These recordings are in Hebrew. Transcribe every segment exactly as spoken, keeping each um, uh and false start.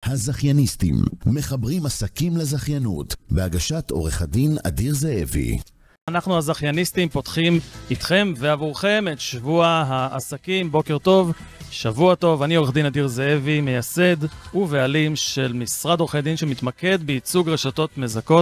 הזכייניסטים, מחברים עסקים לזכיינות, בהגשת עורך הדין אדיר זאבי. אנחנו הזכייניסטים פותחים איתכם ועבורכם את שבוע העסקים. בוקר טוב, שבוע טוב. אני עורך דין אדיר זאבי, מייסד ובעלים של משרד עורכי דין שמתמקד בייצוג רשתות מזכות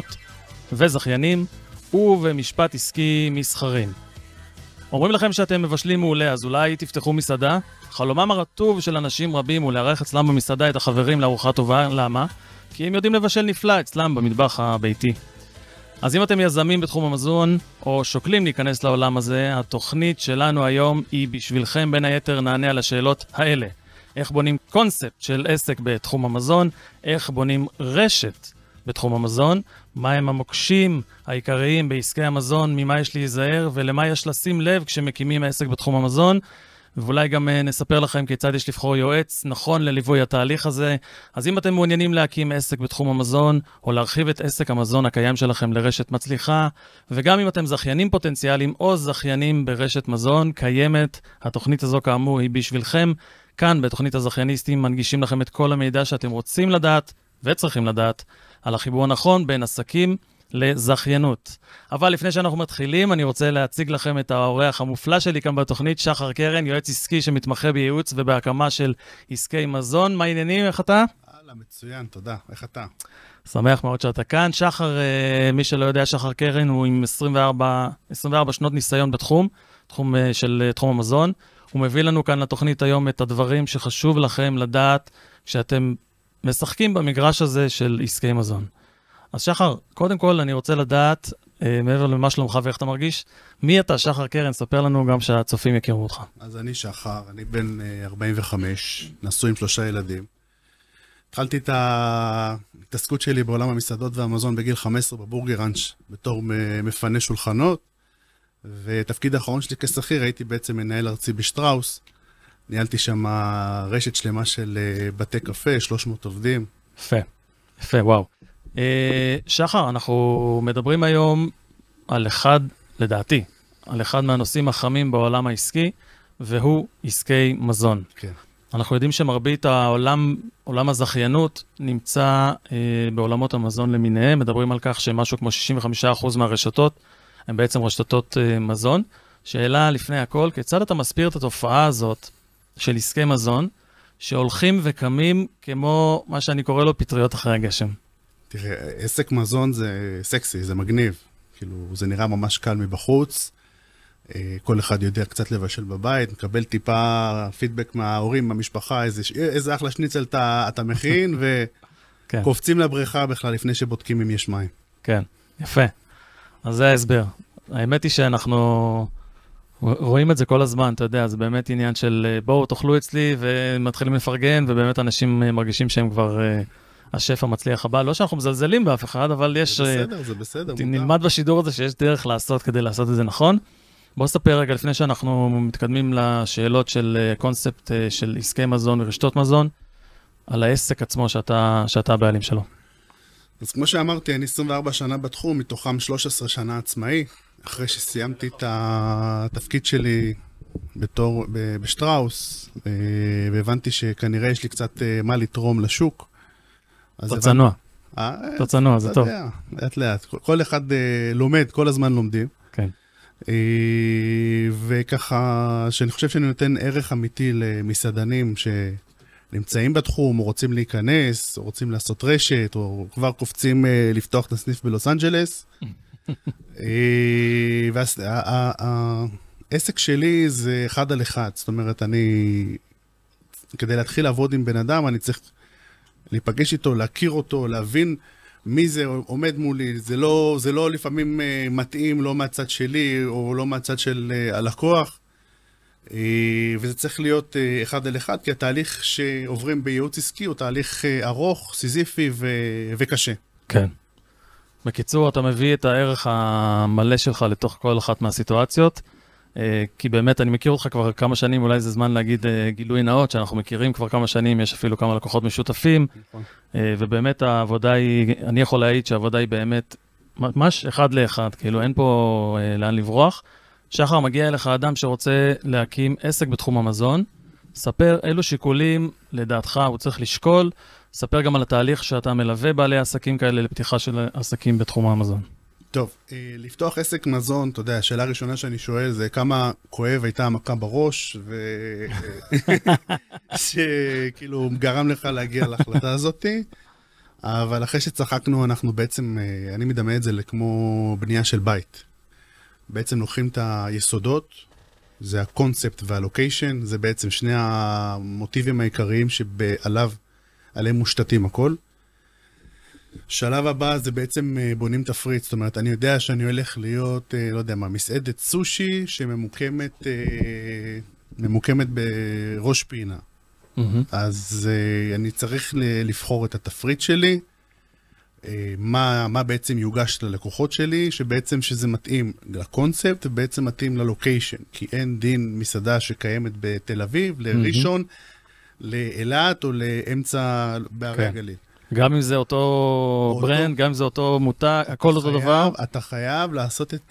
וזכיינים ובמשפט עסקי מסחרים. אומרים לכם שאתם מבשלים מעולה, אז אולי תפתחו מסעדה? חלומם הרטוב של אנשים רבים הוא לארח אצלם במסעדה את החברים לארוחה טובה. למה? כי הם יודעים לבשל נפלא אצלם במטבח הביתי. אז אם אתם יזמים בתחום המזון או שוקלים להיכנס לעולם הזה, התוכנית שלנו היום היא בשבילכם. בין היתר נענה על השאלות האלה: איך בונים קונספט של עסק בתחום המזון, איך בונים רשת בתחום המזון, מהם המוקשים העיקריים בעסקי המזון, ממה יש להיזהר ולמה יש לשים לב כשמקימים עסק בתחום המזון, ואולי גם נספר לכם כיצד יש לבחור יועץ נכון לליווי התהליך הזה. אז אם אתם מעוניינים להקים עסק בתחום המזון, או להרחיב את עסק המזון הקיים שלכם לרשת מצליחה, וגם אם אתם זכיינים פוטנציאליים או זכיינים ברשת מזון קיימת, התוכנית הזו כאמור היא בשבילכם. כאן בתוכנית הזכייניסטים מנגישים לכם את כל המידע שאתם רוצים לדעת וצריכים לדעת על החיבור הנכון בין עסקים לזכיינות. אבל לפני שאנחנו מתחילים, אני רוצה להציג לכם את האורח המופלא שלי כאן בתוכנית, שחר קרן, יועץ עסקי שמתמחה בייעוץ ובהקמה של עסקי מזון. מה העניינים? איך אתה? הלאה, מצוין, תודה. איך אתה? שמח מאוד שאתה כאן. שחר, מי שלא יודע, שחר קרן הוא עם עשרים וארבע, עשרים וארבע שנות ניסיון בתחום, תחום של תחום המזון. הוא מביא לנו כאן לתוכנית היום את הדברים שחשוב לכם לדעת כשאתם משחקים במגרש הזה של עסקי מזון. אז שחר, קודם כל אני רוצה לדעת, אה, מעבר למה שלומך ואיך אתה מרגיש, מי אתה, שחר קרן? ספר לנו גם שהצופים יכירו אותך. אז אני שחר, אני בן אה, ארבעים וחמש, נשוי עם שלושה ילדים. התחלתי את ההתעסקות שלי בעולם המסעדות והמזון בגיל חמש עשרה בבורגר ראנץ' בתור מפנה שולחנות, ותפקיד האחרון שלי כשכיר הייתי בעצם מנהל ארצי בשטראוס. ניהלתי שם רשת שלמה של אה, בתי קפה, שלוש מאות עובדים. יפה, יפה, וואו. שחר, אנחנו מדברים היום על אחד, לדעתי, על אחד מהנושאים החמים בעולם העסקי, והוא עסקי מזון. כן. אנחנו יודעים שמרבית העולם, עולם הזכיינות, נמצא אה, בעולמות המזון למיניהם. מדברים על כך שמשהו כמו שישים וחמישה אחוז מהרשתות הן בעצם רשתות אה, מזון. שאלה לפני הכל, כיצד אתה מסביר את התופעה הזאת של עסקי מזון, שהולכים וקמים כמו מה שאני קורא לו פטריות אחרי הגשם? תראה, עסק מזון זה סקסי, זה מגניב. כאילו, זה נראה ממש קל מבחוץ. כל אחד יודע קצת לבשל בבית, מקבל טיפה פידבק מההורים, מהמשפחה, איזה, איזה אחלה שניצל אתה, אתה מכין, וקופצים לבריכה בכלל לפני שבודקים אם יש מים. כן, יפה. אז זה ההסבר. האמת היא שאנחנו רואים את זה כל הזמן, אתה יודע, זה באמת עניין של בואו תאכלו אצלי, ומתחילים לפרגן, ובאמת אנשים מרגישים שהם כבר השף המצליח הבא. לא שאנחנו מזלזלים באף אחד, אבל יש... זה בסדר, זה בסדר. נלמד בשידור הזה שיש דרך לעשות כדי לעשות את זה נכון. בואו ספר רגע, לפני שאנחנו מתקדמים לשאלות של קונספט של עסקי מזון ורשתות מזון, על העסק עצמו שאתה, שאתה הבעלים שלו. אז כמו שאמרתי, אני עשרים וארבע שנה בתחום, מתוכם שלוש עשרה שנה עצמאי. אחרי שסיימתי את התפקיד שלי בתור, בשטראוס, והבנתי שכנראה יש לי קצת מה לתרום לשוק. אתה צנוע. אתה צנוע, זה טוב. לאט לאט. כל אחד לומד, כל הזמן לומדים. כן. וככה, שאני חושב שאני נותן ערך אמיתי למסעדנים שנמצאים בתחום, או רוצים להיכנס, או רוצים לעשות רשת, או כבר קופצים לפתוח את הסניף בלוס אנג'לס. והעסק שלי זה אחד על אחד. זאת אומרת, אני, כדי להתחיל לעבוד עם בן אדם, אני צריך להיפגש איתו, להכיר אותו, להבין מי זה עומד מולי. זה לא, זה לא לפעמים מתאים, לא מהצד שלי, או לא מהצד של הלקוח. וזה צריך להיות אחד על אחד, כי התהליך שעוברים בייעוץ עסקי הוא תהליך ארוך, סיזיפי ו... וקשה. כן. בקיצור, אתה מביא את הערך המלא שלך לתוך כל אחת מהסיטואציות, כי באמת אני מכיר אותך כבר כמה שנים, אולי זה זמן להגיד גילוי נאות, שאנחנו מכירים כבר כמה שנים, יש אפילו כמה לקוחות משותפים, ובאמת העבודה היא, אני יכול להעיד שהעבודה היא באמת ממש אחד לאחד, כאילו אין פה לאן לברוח. שחר, מגיע אליך אדם שרוצה להקים עסק בתחום המזון, ספר אילו שיקולים לדעתך הוא צריך לשקול, ספר גם על התהליך שאתה מלווה בעלי עסקים כאלה לפתיחה של עסקים בתחום המזון. טוב, לפתוח עסק מזון, אתה יודע, השאלה הראשונה שאני שואל זה כמה כואב הייתה המכה בראש, שכאילו גרם לך להגיע להחלטה הזאת, אבל אחרי שצחקנו אנחנו בעצם, אני מדמה את זה כמו בנייה של בית. בעצם לוקחים את היסודות, זה הקונספט והלוקיישן, זה בעצם שני המוטיבים העיקריים שעליו, עליהם מושתתים הכל. שלב הבא זה בעצם בונים תפריט, זאת אומרת, אני יודע שאני הולך להיות, לא יודע מה, מסעדת סושי שממוקמת ממוקמת בראש פינה. Mm-hmm. אז אני צריך לבחור את התפריט שלי, מה, מה בעצם יוגש ללקוחות שלי, שבעצם שזה מתאים לקונספט, ובעצם מתאים ללוקיישן, כי אין דין מסעדה שקיימת בתל אביב, לראשון, mm-hmm. לאילת או לאמצע בערי הגליל. גם אם זה אותו ברנד, גם אם זה אותו מותג, הכל אותו דבר. אתה חייב לעשות את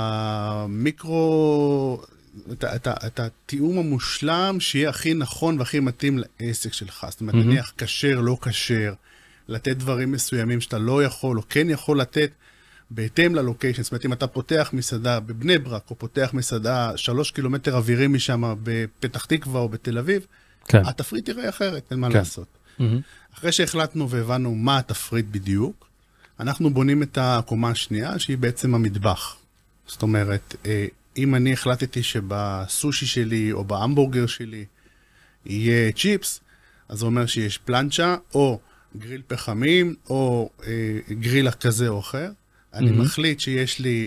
המיקרו, את התיאום המושלם, שיהיה הכי נכון והכי מתאים לעסק שלך. זאת אומרת, נניח כשר, לא כשר, לתת דברים מסוימים שאתה לא יכול, או כן יכול לתת, בהתאם ללוקיישן. זאת אומרת, אם אתה פותח מסעדה בבני ברק, או פותח מסעדה שלוש קילומטר אווירים משם, בפתח תקווה או בתל אביב, התפריט יראה אחרת, אין מה לעשות. אחרי שהחלטנו והבנו מה התפריט בדיוק, אנחנו בונים את הקומה השנייה, שהיא בעצם המטבח. זאת אומרת, אם אני החלטתי שבסושי שלי או בהמבורגר שלי יהיה צ'יפס, אז זה אומר שיש פלנצ'ה או גריל פחמים או גריל כזה או אחר. אני מחליט שיש לי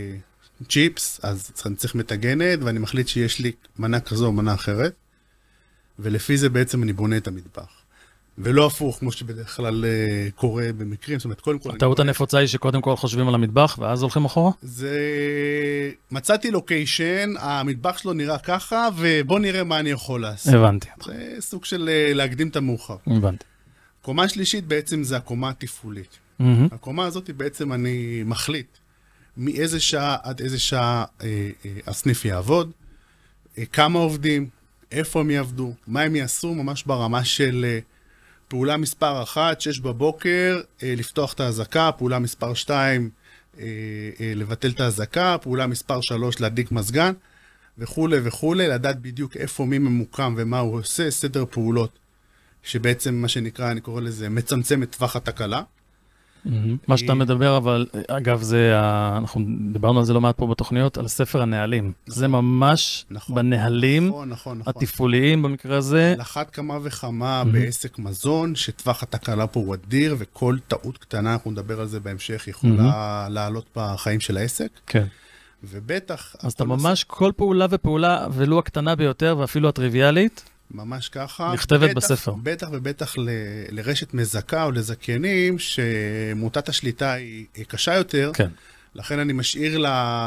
צ'יפס, אז אני צריך מתגנת, ואני מחליט שיש לי מנה כזו או מנה אחרת, ולפי זה בעצם אני בונה את המטבח. ולא הפוך, כמו שבדרך כלל קורה במקרים. זאת אומרת, קודם כל... הטעות הנפוצה היא שקודם כל חושבים על המטבח, ואז הולכים אחורה? זה... מצאתי לוקיישן, המטבח שלו נראה ככה, ובוא נראה מה אני יכול לעשות. הבנתי. זה סוג של להקדים את המאוחר. הבנתי. קומה שלישית בעצם זה הקומה התפעולית. הקומה הזאת בעצם אני מחליט מאיזה שעה עד איזה שעה הסניף יעבוד, כמה עובדים, איפה הם יעבדו, מה הם יעשו, ממש ברמה של... פעולה מספר אחת, שש בבוקר, לפתוח את ההזקה, פעולה מספר שתיים, לבטל את ההזקה, פעולה מספר שלוש, להדליק מזגן, וכו' וכו', לדעת בדיוק איפה מי ממוקם ומה הוא עושה, סדר פעולות, שבעצם מה שנקרא, אני קורא לזה, מצמצם את טווח התקלה. מה שאתה מדבר, אבל אגב, זה, אנחנו דיברנו על זה לא מעט פה בתוכניות, על ספר הנהלים. זה ממש בנהלים התפעוליים במקרה הזה. על אחת כמה וכמה בעסק מזון, שטווח התקלה פה הוא אדיר, וכל טעות קטנה, אנחנו נדבר על זה בהמשך, יכולה לעלות בחיים של העסק. כן. ובטח... אז אתה ממש כל פעולה ופעולה, ולו הקטנה ביותר, ואפילו הטריוויאלית, ממש ככה. נכתבת בטח, בספר. בטח ובטח ל, לרשת מזכה או לזכיינים, שמוטת השליטה היא, היא קשה יותר. כן. לכן אני משאיר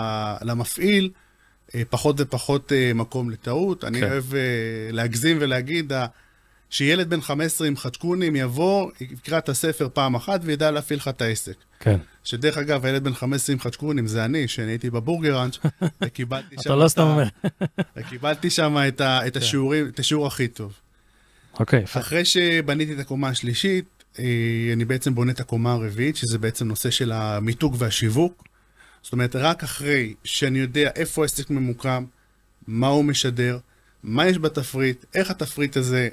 למפעיל פחות ופחות מקום לטעות. אני כן. אוהב להגזים ולהגיד שילד בן חמש עשרה עם חדשקונים יבוא, יקרא את הספר פעם אחת וידע להפעיל לך את העסק. כן. שדרך אגב, הילד בן חמש עשרה עם חדשקונים זה אני, שאני הייתי בבורגראנץ' וקיבלתי שם... אתה לא סתם אומר. וקיבלתי שם את השיעורים, את השיעור הכי טוב. אוקיי. אחרי שבניתי את הקומה השלישית, אני בעצם בונה את הקומה הרביעית, שזה בעצם נושא של המיתוג והשיווק. זאת אומרת, רק אחרי שאני יודע איפה העסק ממוקם, מה הוא משדר, מה יש בתפריט, איך התפריט הזה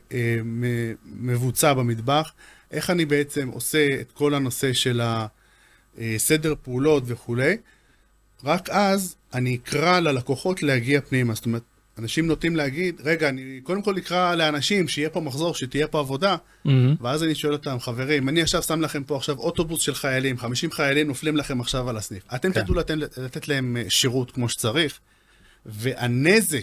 מבוצע במטבח, איך אני בעצם עושה את כל הנושא של הסדר פעולות וכו'. רק אז אני אקרא ללקוחות להגיע פנימה. זאת אומרת, אנשים נוטים להגיד, רגע, אני קודם כל אקרא לאנשים שיהיה פה מחזור, שתהיה פה עבודה, mm-hmm. ואז אני שואל אותם, חברים, אני עכשיו שם לכם פה עכשיו אוטובוס של חיילים, חמישים חיילים נופלים לכם עכשיו על הסניף. אתם כן. תדעו לתת, לתת להם שירות כמו שצריך, והנזק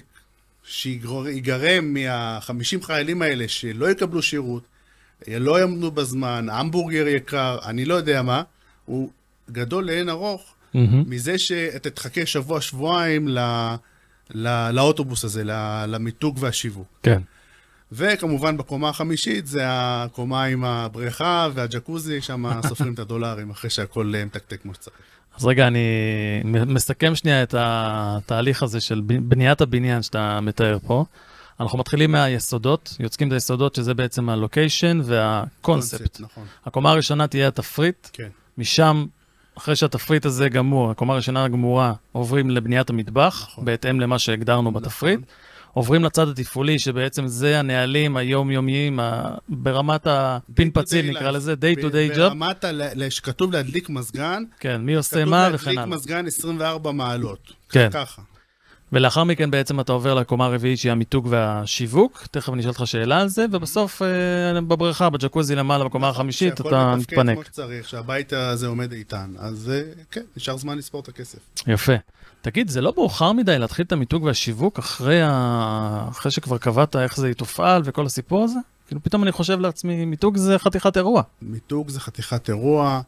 שיגרם מה-חמישים חיילים האלה שלא יקבלו שירות, לא יעמדו בזמן, המבורגר יקר, אני לא יודע מה, הוא גדול לאין ארוך, mm-hmm. מזה שאתה תחכה שבוע, שבועיים ל... לא, לאוטובוס הזה, למיתוג והשיווק. כן. וכמובן בקומה החמישית זה הקומה עם הבריכה והג'קוזי, שם סופרים את הדולרים אחרי שהכל מתקתק כמו שצריך. אז רגע, אני מסכם שנייה את התהליך הזה של בניית הבניין שאתה מתאר פה. אנחנו מתחילים מהיסודות, יוצקים את היסודות, שזה בעצם הלוקיישן והקונספט. נכון. הקומה הראשונה תהיה התפריט, כן. משם, אחרי שהתפריט הזה גמור, הקומה הראשונה הגמורה, עוברים לבניית המטבח, נכון. בהתאם למה שהגדרנו נכון. בתפריט. עוברים לצד התפעולי, שבעצם זה הנהלים היומיומיים, ה... ברמת הפינפציל, נקרא לזה, day to day job. ברמת ה... שכתוב להדליק מזגן, כן, מי עושה מה וכן הלאה. כתוב להדליק מזגן עשרים וארבע מעלות. כן. ככה. ולאחר מכן בעצם אתה עובר לקומה הרביעית שהיא המיתוג והשיווק, תכף אני אשאל אותך שאלה על זה, ובסוף אה, בבריכה, בג'קוזי למעלה, בקומה החמישית, אתה מתפנק. שהכל מתפקד כמו שצריך, שהבית הזה עומד איתן, אז כן, נשאר זמן לספור את הכסף. יפה. תגיד, זה לא מאוחר מדי להתחיל את המיתוג והשיווק אחרי, ה... אחרי שכבר קבעת איך זה יתופעל וכל הסיפור הזה? כאילו פתאום אני חושב לעצמי, מיתוג זה חתיכת אירוע. מיתוג זה חתיכת אירוע,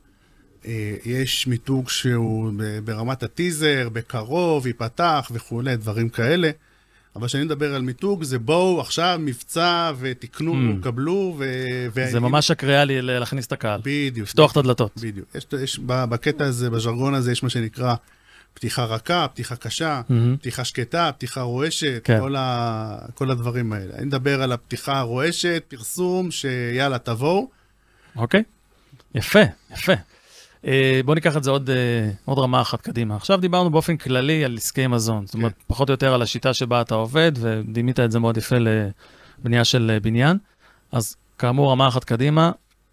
יש מיתוג שהוא ברמת הטיזר, בקרוב, ייפתח וכו', דברים כאלה. אבל כשאני מדבר על מיתוג, זה בואו עכשיו מבצע ותקנו, mm. קבלו ו... זה ממש הקריאה לי להכניס את הקהל. בדיוק. לפתוח את הדלתות. בדיוק. יש, יש, בקטע הזה, בז'רגון הזה, יש מה שנקרא פתיחה רכה, פתיחה קשה, mm-hmm. פתיחה שקטה, פתיחה רועשת, כן. כל, ה... כל הדברים האלה. אני מדבר על הפתיחה הרועשת, פרסום, שיאללה, תבואו. אוקיי. יפה, יפה. בואו ניקח את זה עוד, עוד רמה אחת קדימה. עכשיו דיברנו באופן כללי על עסקי מזון. זאת אומרת, פחות או יותר על השיטה שבה אתה עובד, ודימית את זה מאוד יפה לבנייה של בניין. אז כאמור, רמה אחת קדימה,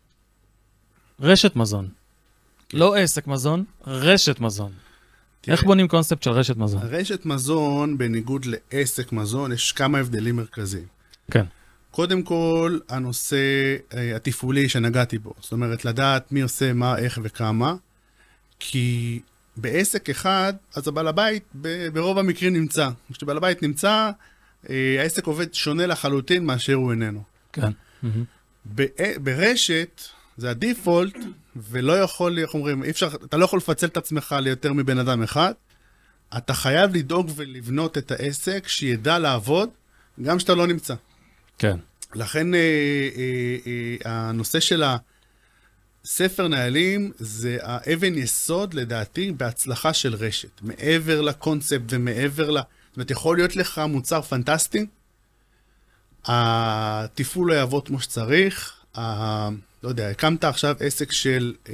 רשת מזון. לא עסק מזון, רשת מזון. איך בונים קונספט של רשת מזון? רשת מזון, בניגוד לעסק מזון, יש כמה הבדלים מרכזיים. כן. קודם כל, הנושא התפעולי שנגעתי בו. זאת אומרת, לדעת מי עושה מה, איך וכמה. כי בעסק אחד, אז הבעל הבית ברוב המקרים נמצא. כשבעל הבית נמצא, העסק עובד שונה לחלוטין מאשר הוא איננו. כן. ברשת, זה הדיפולט, ולא יכול, איך אומרים, אי אפשר, אתה לא יכול לפצל את עצמך ליותר מבן אדם אחד. אתה חייב לדאוג ולבנות את העסק שידע לעבוד, גם שאתה לא נמצא. כן. לכן אה, אה, אה, הנושא של הספר נהלים זה האבן יסוד לדעתי בהצלחה של רשת. מעבר לקונספט ומעבר ל... זאת אומרת, יכול להיות לך מוצר פנטסטי, התפעול לא יעבוד כמו שצריך, ה... לא יודע, הקמת עכשיו עסק של אה,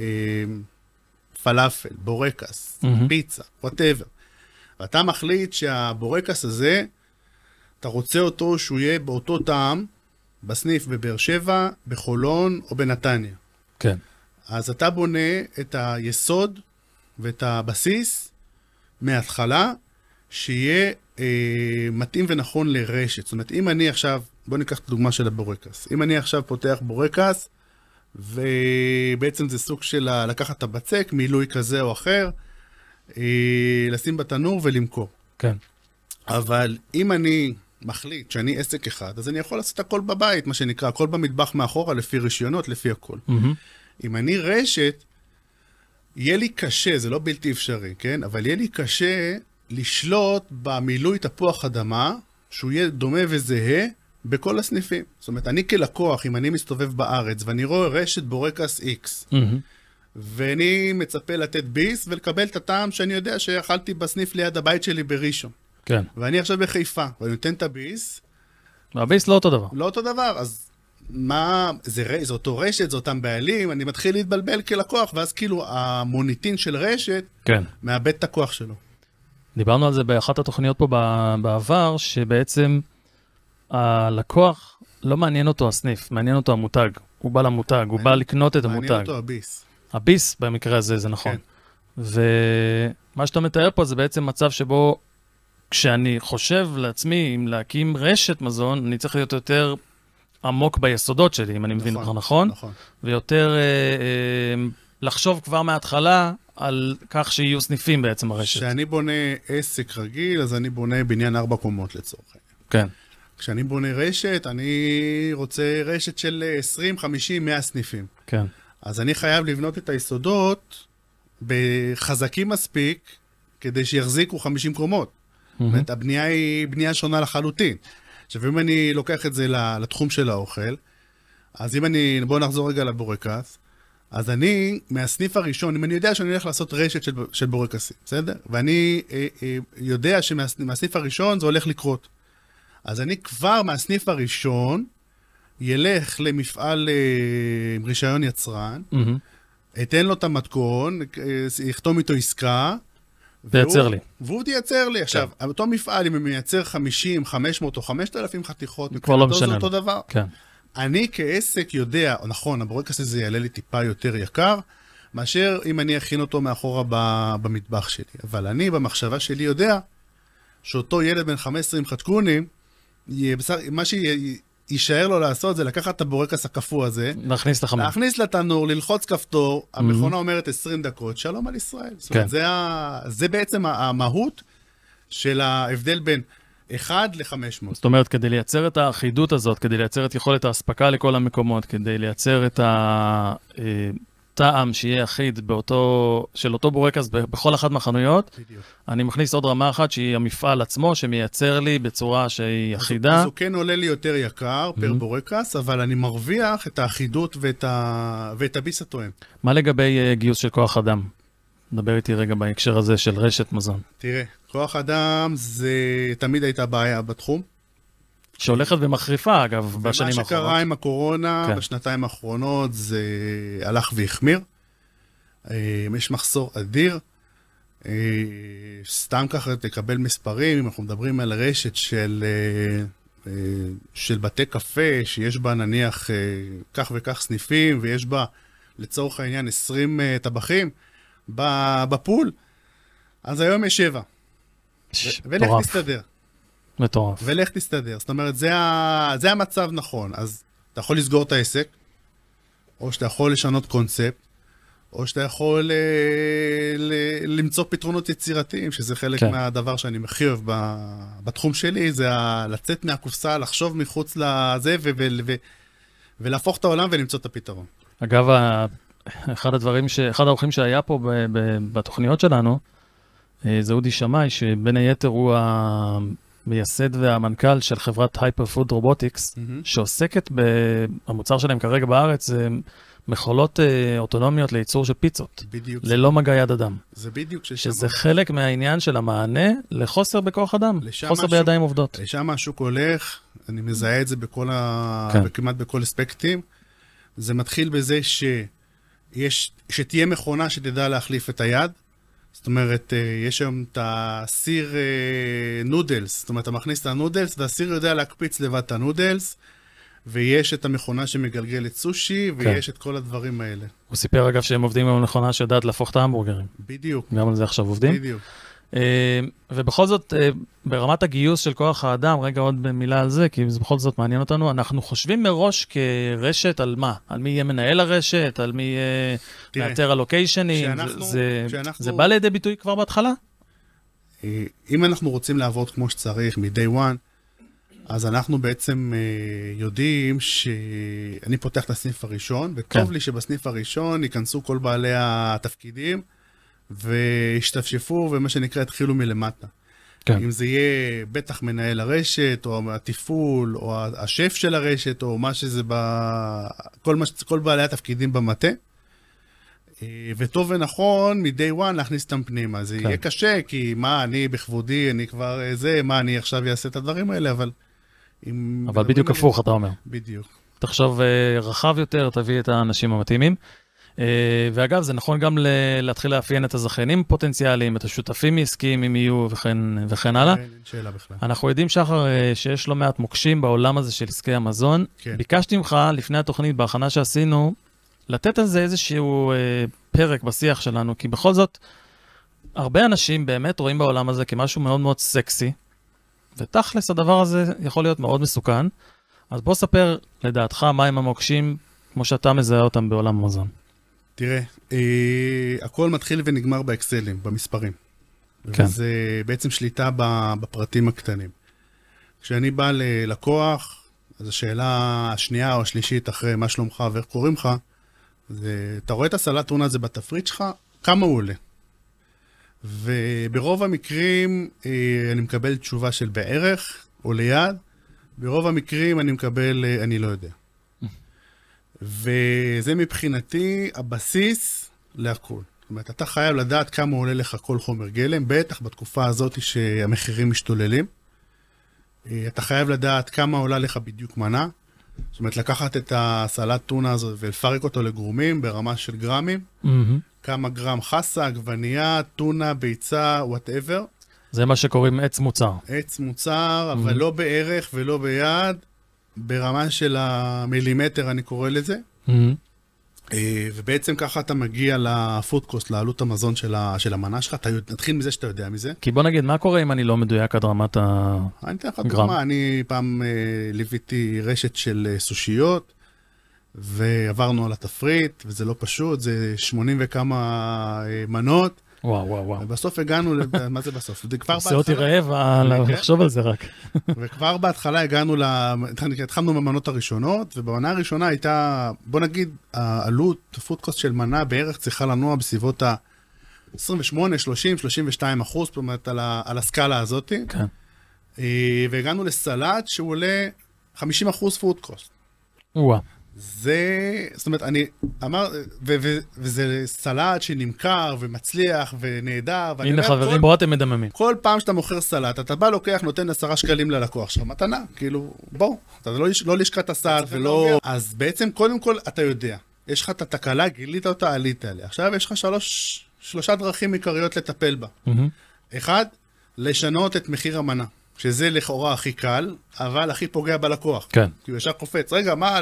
פלאפל, בורקס, mm-hmm. פיצה, whatever. ואתה מחליט שהבורקס הזה, אתה רוצה אותו שהוא יהיה באותו טעם, בסניף בבאר שבע, בחולון או בנתניה. כן. אז אתה בונה את היסוד ואת הבסיס מההתחלה, שיהיה אה, מתאים ונכון לרשת. זאת אומרת, אם אני עכשיו, בוא ניקח את הדוגמה של הבורקס. אם אני עכשיו פותח בורקס, ובעצם זה סוג של לקחת את הבצק, מילוי כזה או אחר, אה, לשים בתנור ולמכור. כן. אבל אם אני מחליט שאני עסק אחד, אז אני יכול לעשות הכל בבית, מה שנקרא, הכל במטבח מאחורה, לפי רישיונות, לפי הכל. Mm-hmm. אם אני רשת, יהיה לי קשה, זה לא בלתי אפשרי, כן? אבל יהיה לי קשה לשלוט במילוי תפוח אדמה, שהוא יהיה דומה וזהה בכל הסניפים. זאת אומרת, אני כלקוח, אם אני מסתובב בארץ, ואני רואה רשת בורקס X, mm-hmm. ואני מצפה לתת ביס, ולקבל את הטעם שאני יודע שאכלתי בסניף ליד הבית שלי בראשון. כן. ואני עכשיו בחיפה, ואני נותן את הביס. הביס לא אותו דבר. לא אותו דבר, אז מה, זה, זה אותו רשת, זה אותם בעלים, אני מתחיל להתבלבל כלקוח, ואז כאילו המוניטין של רשת, כן. מאבד את הכוח שלו. דיברנו על זה באחת התוכניות פה בעבר, שבעצם הלקוח לא מעניין אותו הסניף, מעניין אותו המותג. הוא בא למותג, הוא בא לקנות את המותג. מעניין אותו הביס. הביס במקרה הזה, זה נכון. כן. ומה שאתה מתאר פה זה בעצם מצב שבו כשאני חושב לעצמי אם להקים רשת מזון, אני צריך להיות יותר עמוק ביסודות שלי, אם אני מבין לך נכון, נכון. ויותר אה, אה, לחשוב כבר מההתחלה על כך שיהיו סניפים בעצם הרשת. כשאני בונה עסק רגיל, אז אני בונה בניין ארבע קומות לצורך. כן. כשאני בונה רשת, אני רוצה רשת של עשרים, חמישים, מאה סניפים. כן. אז אני חייב לבנות את היסודות בחזקים מספיק, כדי שיחזיקו חמישים קומות. זאת אומרת, הבנייה היא בנייה שונה לחלוטין. עכשיו, אם אני לוקח את זה לתחום של האוכל, אז אם אני, בואו נחזור רגע לבורקס, אז אני, מהסניף הראשון, אם אני יודע שאני הולך לעשות רשת של, של בורקסים, בסדר? ואני אה, אה, יודע שמהסניף הראשון זה הולך לקרות. אז אני כבר מהסניף הראשון, ילך למפעל עם רישיון יצרן, אתן לו את המתכון, יכתום איתו עסקה, תייצר לי. והוא תייצר לי. עכשיו, אותו מפעל, אם הוא מייצר חמישים, חמש מאות או חמשת אלפים חתיכות, כבר לא משנה. זה אותו דבר. כן. אני כעסק יודע, נכון, הבורקס הזה יעלה לי טיפה יותר יקר, מאשר אם אני אכין אותו מאחורה במטבח שלי. אבל אני, במחשבה שלי, יודע שאותו ילד בן חמש עשרה עם חתקונים, מה שישאר לו לעשות זה לקחת את הבורקס הקפוא הזה, להכניס לחמם. להכניס לתנור, ללחוץ כפתור, המכונה אומרת עשרים דקות, שלום על ישראל. זאת אומרת, זה בעצם המהות של ההבדל בין אחד ל-חמש מאות. זאת אומרת, כדי לייצר את האחידות הזאת, כדי לייצר את יכולת ההספקה לכל המקומות, כדי לייצר את הטעם שיהיה אחיד באותו, של אותו בורקס בכל אחת מהחנויות, אני מכניס עוד רמה אחת שהיא המפעל עצמו, שמייצר לי בצורה שהיא אחידה. אז הוא כן עולה לי יותר יקר פר בורקס, אבל אני מרוויח את האחידות ואת הביס התואם. מה לגבי גיוס של כוח אדם? נדבר איתי רגע בהקשר הזה של רשת מזון. תראה, כוח אדם זה תמיד הייתה בעיה בתחום. שהולכת ומחריפה, אגב, בשנים האחרונות. ומה שקרה עם הקורונה, כן. בשנתיים האחרונות, זה הלך והחמיר. יש מחסור אדיר. סתם ככה תקבל מספרים, אם אנחנו מדברים על רשת של, של בתי קפה, שיש בה נניח כך וכך סניפים, ויש בה לצורך העניין עשרים טבחים, בפול, אז היום יש שבע. ולך תסתדר. מטורף. ולך תסתדר. זאת אומרת, זה, ה... זה המצב נכון. אז אתה יכול לסגור את העסק, או שאתה יכול לשנות קונספט, או שאתה יכול ל... ל... למצוא פתרונות יצירתיים, שזה חלק כן. מהדבר שאני מחייב ב... בתחום שלי, זה ה... לצאת מהקופסה, לחשוב מחוץ לזה, ו... ו... ו... ולהפוך את העולם ולמצוא את הפתרון. אגב, אחד הדברים, ש... אחד האורחים שהיה פה ב... ב... בתוכניות שלנו, זה אודי שמאי, שבין היתר הוא המייסד והמנכ"ל של חברת Hyperfood Robotics, mm-hmm. שעוסקת במוצר שלהם כרגע בארץ, זה מכולות אה, אוטונומיות לייצור של פיצות. בדיוק. ללא מגע יד אדם. זה בדיוק ששם. שזה חלק מהעניין של המענה לחוסר בכוח אדם. חוסר השוק, בידיים עובדות. לשם השוק הולך, אני מזהה את זה בכל ה... כן. וכמעט בכל אספקטים. זה מתחיל בזה שיש, שתהיה מכונה שתדע להחליף את היד. זאת אומרת, יש היום את הסיר נודלס, זאת אומרת, אתה מכניס את הנודלס, והסיר יודע להקפיץ לבד את הנודלס, ויש את המכונה שמגלגלת סושי, ויש כן. את כל הדברים האלה. הוא סיפר אגב שהם עובדים עם המכונה שיודעת להפוך את ההמבורגרים. בדיוק. גם על זה עכשיו עובדים. בדיוק. ובכל זאת, ברמת הגיוס של כוח האדם, רגע עוד במילה על זה, כי זה בכל זאת מעניין אותנו, אנחנו חושבים מראש כרשת על מה? על מי יהיה מנהל הרשת, על מי יהיה מאתר הלוקיישנים, זה בא לידי ביטוי כבר בהתחלה? אם אנחנו רוצים לעבוד כמו שצריך, מ-day one, אז אנחנו בעצם יודעים שאני פותח את הסניף הראשון, וטוב לי שבסניף הראשון ייכנסו כל בעלי התפקידים, והשתפשפו, ומה שנקרא, התחילו מלמטה. כן. אם זה יהיה בטח מנהל הרשת, או התפעול, או השף של הרשת, או מה שזה ב... כל, מה... כל בעלי התפקידים במטה. וטוב ונכון, מ-day one להכניס אותם פנימה. זה כן. יהיה קשה, כי מה, אני בכבודי, אני כבר זה, מה, אני עכשיו אעשה את הדברים האלה, אבל... אבל בדיוק הפוך, אתה אומר. בדיוק. תחשוב רחב יותר, תביא את האנשים המתאימים. ואגב, זה נכון גם להתחיל לאפיין את הזכיינים פוטנציאליים, את השותפים עסקיים אם יהיו וכן, וכן הלאה. אין שאלה בכלל. אנחנו יודעים, שחר, שיש לא מעט מוקשים בעולם הזה של עסקי המזון. כן. ביקשתי ממך, לפני התוכנית, בהכנה שעשינו, לתת על זה איזשהו פרק בשיח שלנו, כי בכל זאת, הרבה אנשים באמת רואים בעולם הזה כמשהו מאוד מאוד סקסי, ותכלס הדבר הזה יכול להיות מאוד מסוכן. אז בוא ספר לדעתך מהם המוקשים, כמו שאתה מזהה אותם בעולם המזון. תראה, אה, הכל מתחיל ונגמר באקסלים, במספרים. כן. וזה בעצם שליטה בפרטים הקטנים. כשאני בא ללקוח, אז השאלה השנייה או השלישית אחרי מה שלומך ואיך קוראים לך, זה, אתה רואה את הסלט טונה הזה בתפריט שלך, כמה הוא עולה? וברוב המקרים אה, אני מקבל תשובה של בערך או ליד, ברוב המקרים אני מקבל, אה, אני לא יודע. וזה מבחינתי הבסיס להכל. זאת אומרת, אתה חייב לדעת כמה עולה לך כל חומר גלם, בטח בתקופה הזאת שהמחירים משתוללים. אתה חייב לדעת כמה עולה לך בדיוק מנה. זאת אומרת, לקחת את הסלט טונה הזאת ולפרק אותו לגרומים ברמה של גרמים. Mm-hmm. כמה גרם חסה, עגבנייה, טונה, ביצה, whatever. זה מה שקוראים עץ מוצר. עץ מוצר, אבל mm-hmm. לא בערך ולא ביד, ברמה של המילימטר, אני קורא לזה. Mm-hmm. ובעצם ככה אתה מגיע לפודקוסט, לעלות המזון של, ה, של המנה שלך. אתה נתחיל מזה שאתה יודע מזה. כי בוא נגיד, מה קורה אם אני לא מדויק עד רמת הגרם? אני אתן לך דוגמה, אני פעם אה, ליוויתי רשת של אה, סושיות, ועברנו על התפריט, וזה לא פשוט, זה שמונים וכמה אה, מנות. וואו, וואו, וואו. ובסוף הגענו, לב... מה זה בסוף? זה כבר בהתחלה... עושה אותי רעב, לחשוב על זה רק. וכבר בהתחלה הגענו, ל... התחלנו במנות הראשונות, ובמנה הראשונה הייתה, בוא נגיד, העלות, הפודקוסט של מנה בערך צריכה לנוע בסביבות ה-עשרים ושמונה, שלושים, שלושים ושתיים אחוז, זאת אומרת, על, ה... על הסקאלה הזאת. כן. והגענו לסלט שהוא עולה חמישים אחוז פודקוסט. וואו. זה, זאת אומרת, אני אמר, ו- ו- וזה סלט שנמכר ומצליח ונהדר. הנה חברים, בואו אתם מדממים. כל פעם שאתה מוכר סלט, אתה בא לוקח, נותן עשרה שקלים ללקוח שלך, מתנה, כאילו, בואו, אתה לא, לא לשקע את הסלט ולא... אז בעצם, קודם כל, אתה יודע, יש לך את התקלה, גילית אותה, עלית עליה. עכשיו יש לך שלוש, שלושה דרכים עיקריות לטפל בה. אחד, לשנות את מחיר המנה. שזה לכאורה הכי קל, אבל הכי פוגע בלקוח. כן. כי הוא ישר קופץ, רגע, מה...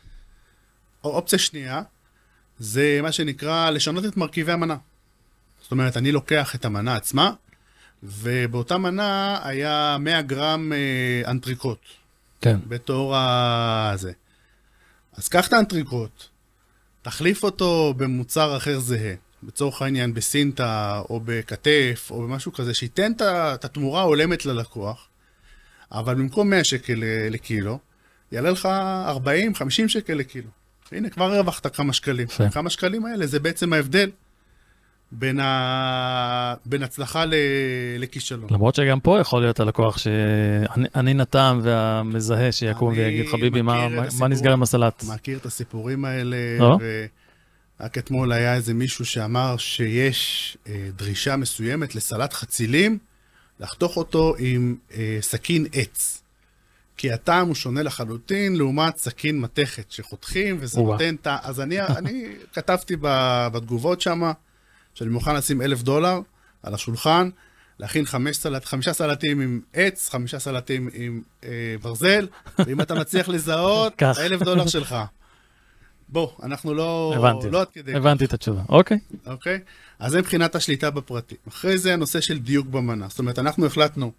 אופציה שנייה, זה מה שנקרא לשנות את מרכיבי המנה. זאת אומרת, אני לוקח את המנה עצמה, ובאותה מנה היה מאה גרם אה, אנטריקוט. כן. בתור הזה. אז קח את האנטריקוט, תחליף אותו במוצר אחר זהה, בצורך העניין בסינטה או בכתף או במשהו כזה, שייתן את התמורה העולמת ללקוח, אבל במקום מאה שקל לקילו, יעלה לך ארבעים חמישים שקל לקילו. הנה, כבר הרווחת כמה שקלים. כמה שקלים האלה, זה בעצם ההבדל בין, ה... בין הצלחה ל... לכישלון. למרות שגם פה יכול להיות הלקוח שאני נתם והמזהה שיקום ויגיד, חביבי, מה, מה נסגר עם הסלט? מכיר את הסיפורים האלה, לא? ורק אתמול היה איזה מישהו שאמר שיש אה, דרישה מסוימת לסלט חצילים, לחתוך אותו עם אה, סכין עץ. כי הטעם הוא שונה לחלוטין, לעומת סכין מתכת שחותכים, וזה נותן טעם. אז אני, אני כתבתי בתגובות שמה, שאני מוכן לשים אלף דולר על השולחן, להכין חמש סלט, חמישה סלטים עם עץ, חמישה סלטים עם אה, ברזל, ואם אתה מצליח לזהות, אלף דולר שלך. בוא, אנחנו לא... הבנתי, לא עד כדי. הבנתי את התשובה, אוקיי. אוקיי? אז זה מבחינת השליטה בפרטים. אחרי זה הנושא של דיוק במנה. זאת אומרת, אנחנו החלטנו,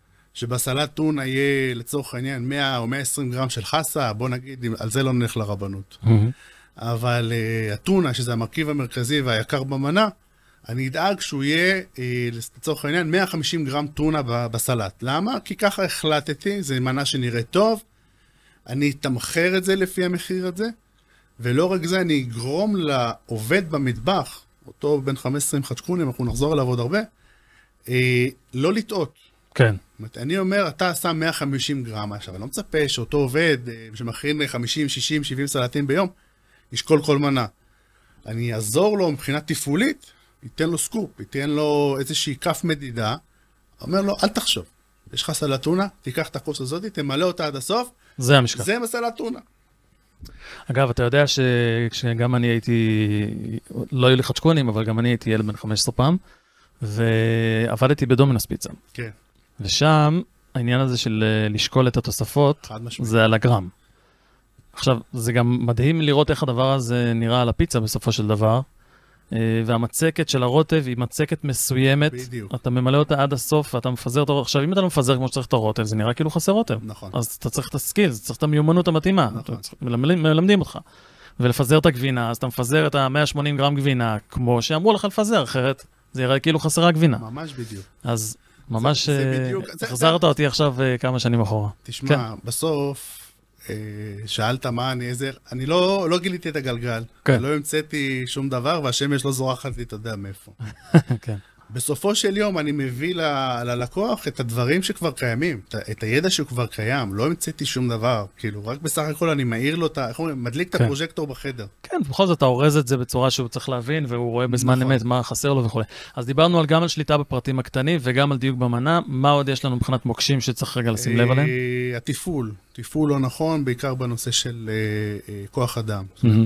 שבסלט טונה יהיה לצורך העניין מאה או מאה ועשרים גרם של חסה, בוא נגיד, על זה לא נלך לרבנות. Mm-hmm. אבל uh, הטונה, שזה המרכיב המרכזי והיקר במנה, אני אדאג שהוא יהיה, uh, לצורך העניין, מאה וחמישים גרם טונה בסלט. למה? כי ככה החלטתי, זה מנה שנראית טוב, אני אתמחר את זה לפי המחיר הזה, ולא רק זה, אני אגרום לעובד במטבח, אותו בן חמש עשרה חדשקונים, אנחנו נחזור אליו עוד הרבה, uh, לא לטעות. כן. אני אומר, אתה שם מאה וחמישים גרם, עכשיו, אני לא מצפה שאותו עובד שמכין חמישים, שישים, שבעים סלטים ביום, ישקול כל מנה. אני אעזור לו מבחינה תפעולית, ייתן לו סקופ, ייתן לו איזושהי כף מדידה, אומר לו, אל תחשוב, יש לך סלט טונה, תיקח את הכוס הזאת, תמלא אותה עד הסוף, זה המשקל. זה מסלט טונה. אגב, אתה יודע שגם אני הייתי, לא היו לי חדשקונים, אבל גם אני הייתי ילד בן חמש עשרה פעם, ועבדתי בדומינוס פיצה. כן. ושם, העניין הזה של לשקול את התוספות, זה על הגרם. עכשיו, זה גם מדהים לראות איך הדבר הזה נראה על הפיצה בסופו של דבר, והמצקת של הרוטב היא מצקת מסוימת, בדיוק. אתה ממלא אותה עד הסוף, ואתה מפזר אותו, עכשיו, אם אתה לא מפזר כמו שצריך את הרוטב, זה נראה כאילו חסר רוטב. נכון. אז אתה צריך את הסקיל, צריך את המיומנות המתאימה, נכון. מלמדים, מלמדים אותך. ולפזר את הגבינה, אז אתה מפזר את ה-מאה ושמונים גרם גבינה, כמו שאמרו לך לפזר, אחרת זה יראה כאילו חסרה גבינה. ממש בדיוק. אז ממש החזרת אותי עכשיו כמה שנים אחורה. תשמע, בסוף שאלת מה אני איזה, אני לא גיליתי את הגלגל, לא המצאתי שום דבר, והשמש לא זורחת לי, אתה יודע מאיפה. בסופו של יום אני מביא ל- ללקוח את הדברים שכבר קיימים, את, את הידע שהוא כבר קיים, לא המצאתי שום דבר, כאילו, רק בסך הכל אני מעיר לו, את ה- איך אומרים, מדליק את כן. הפרוז'קטור בחדר. כן, בכל זאת אתה אורז את זה בצורה שהוא צריך להבין, והוא רואה בזמן נכון. אמת מה חסר לו וכו'. אז דיברנו על גם על שליטה בפרטים הקטנים, וגם על דיוק במנה. מה עוד יש לנו מבחינת מוקשים שצריך רגע לשים לב עליהם? אה, התפעול, תפעול לא נכון, בעיקר בנושא של אה, אה, כוח אדם. זאת אומרת,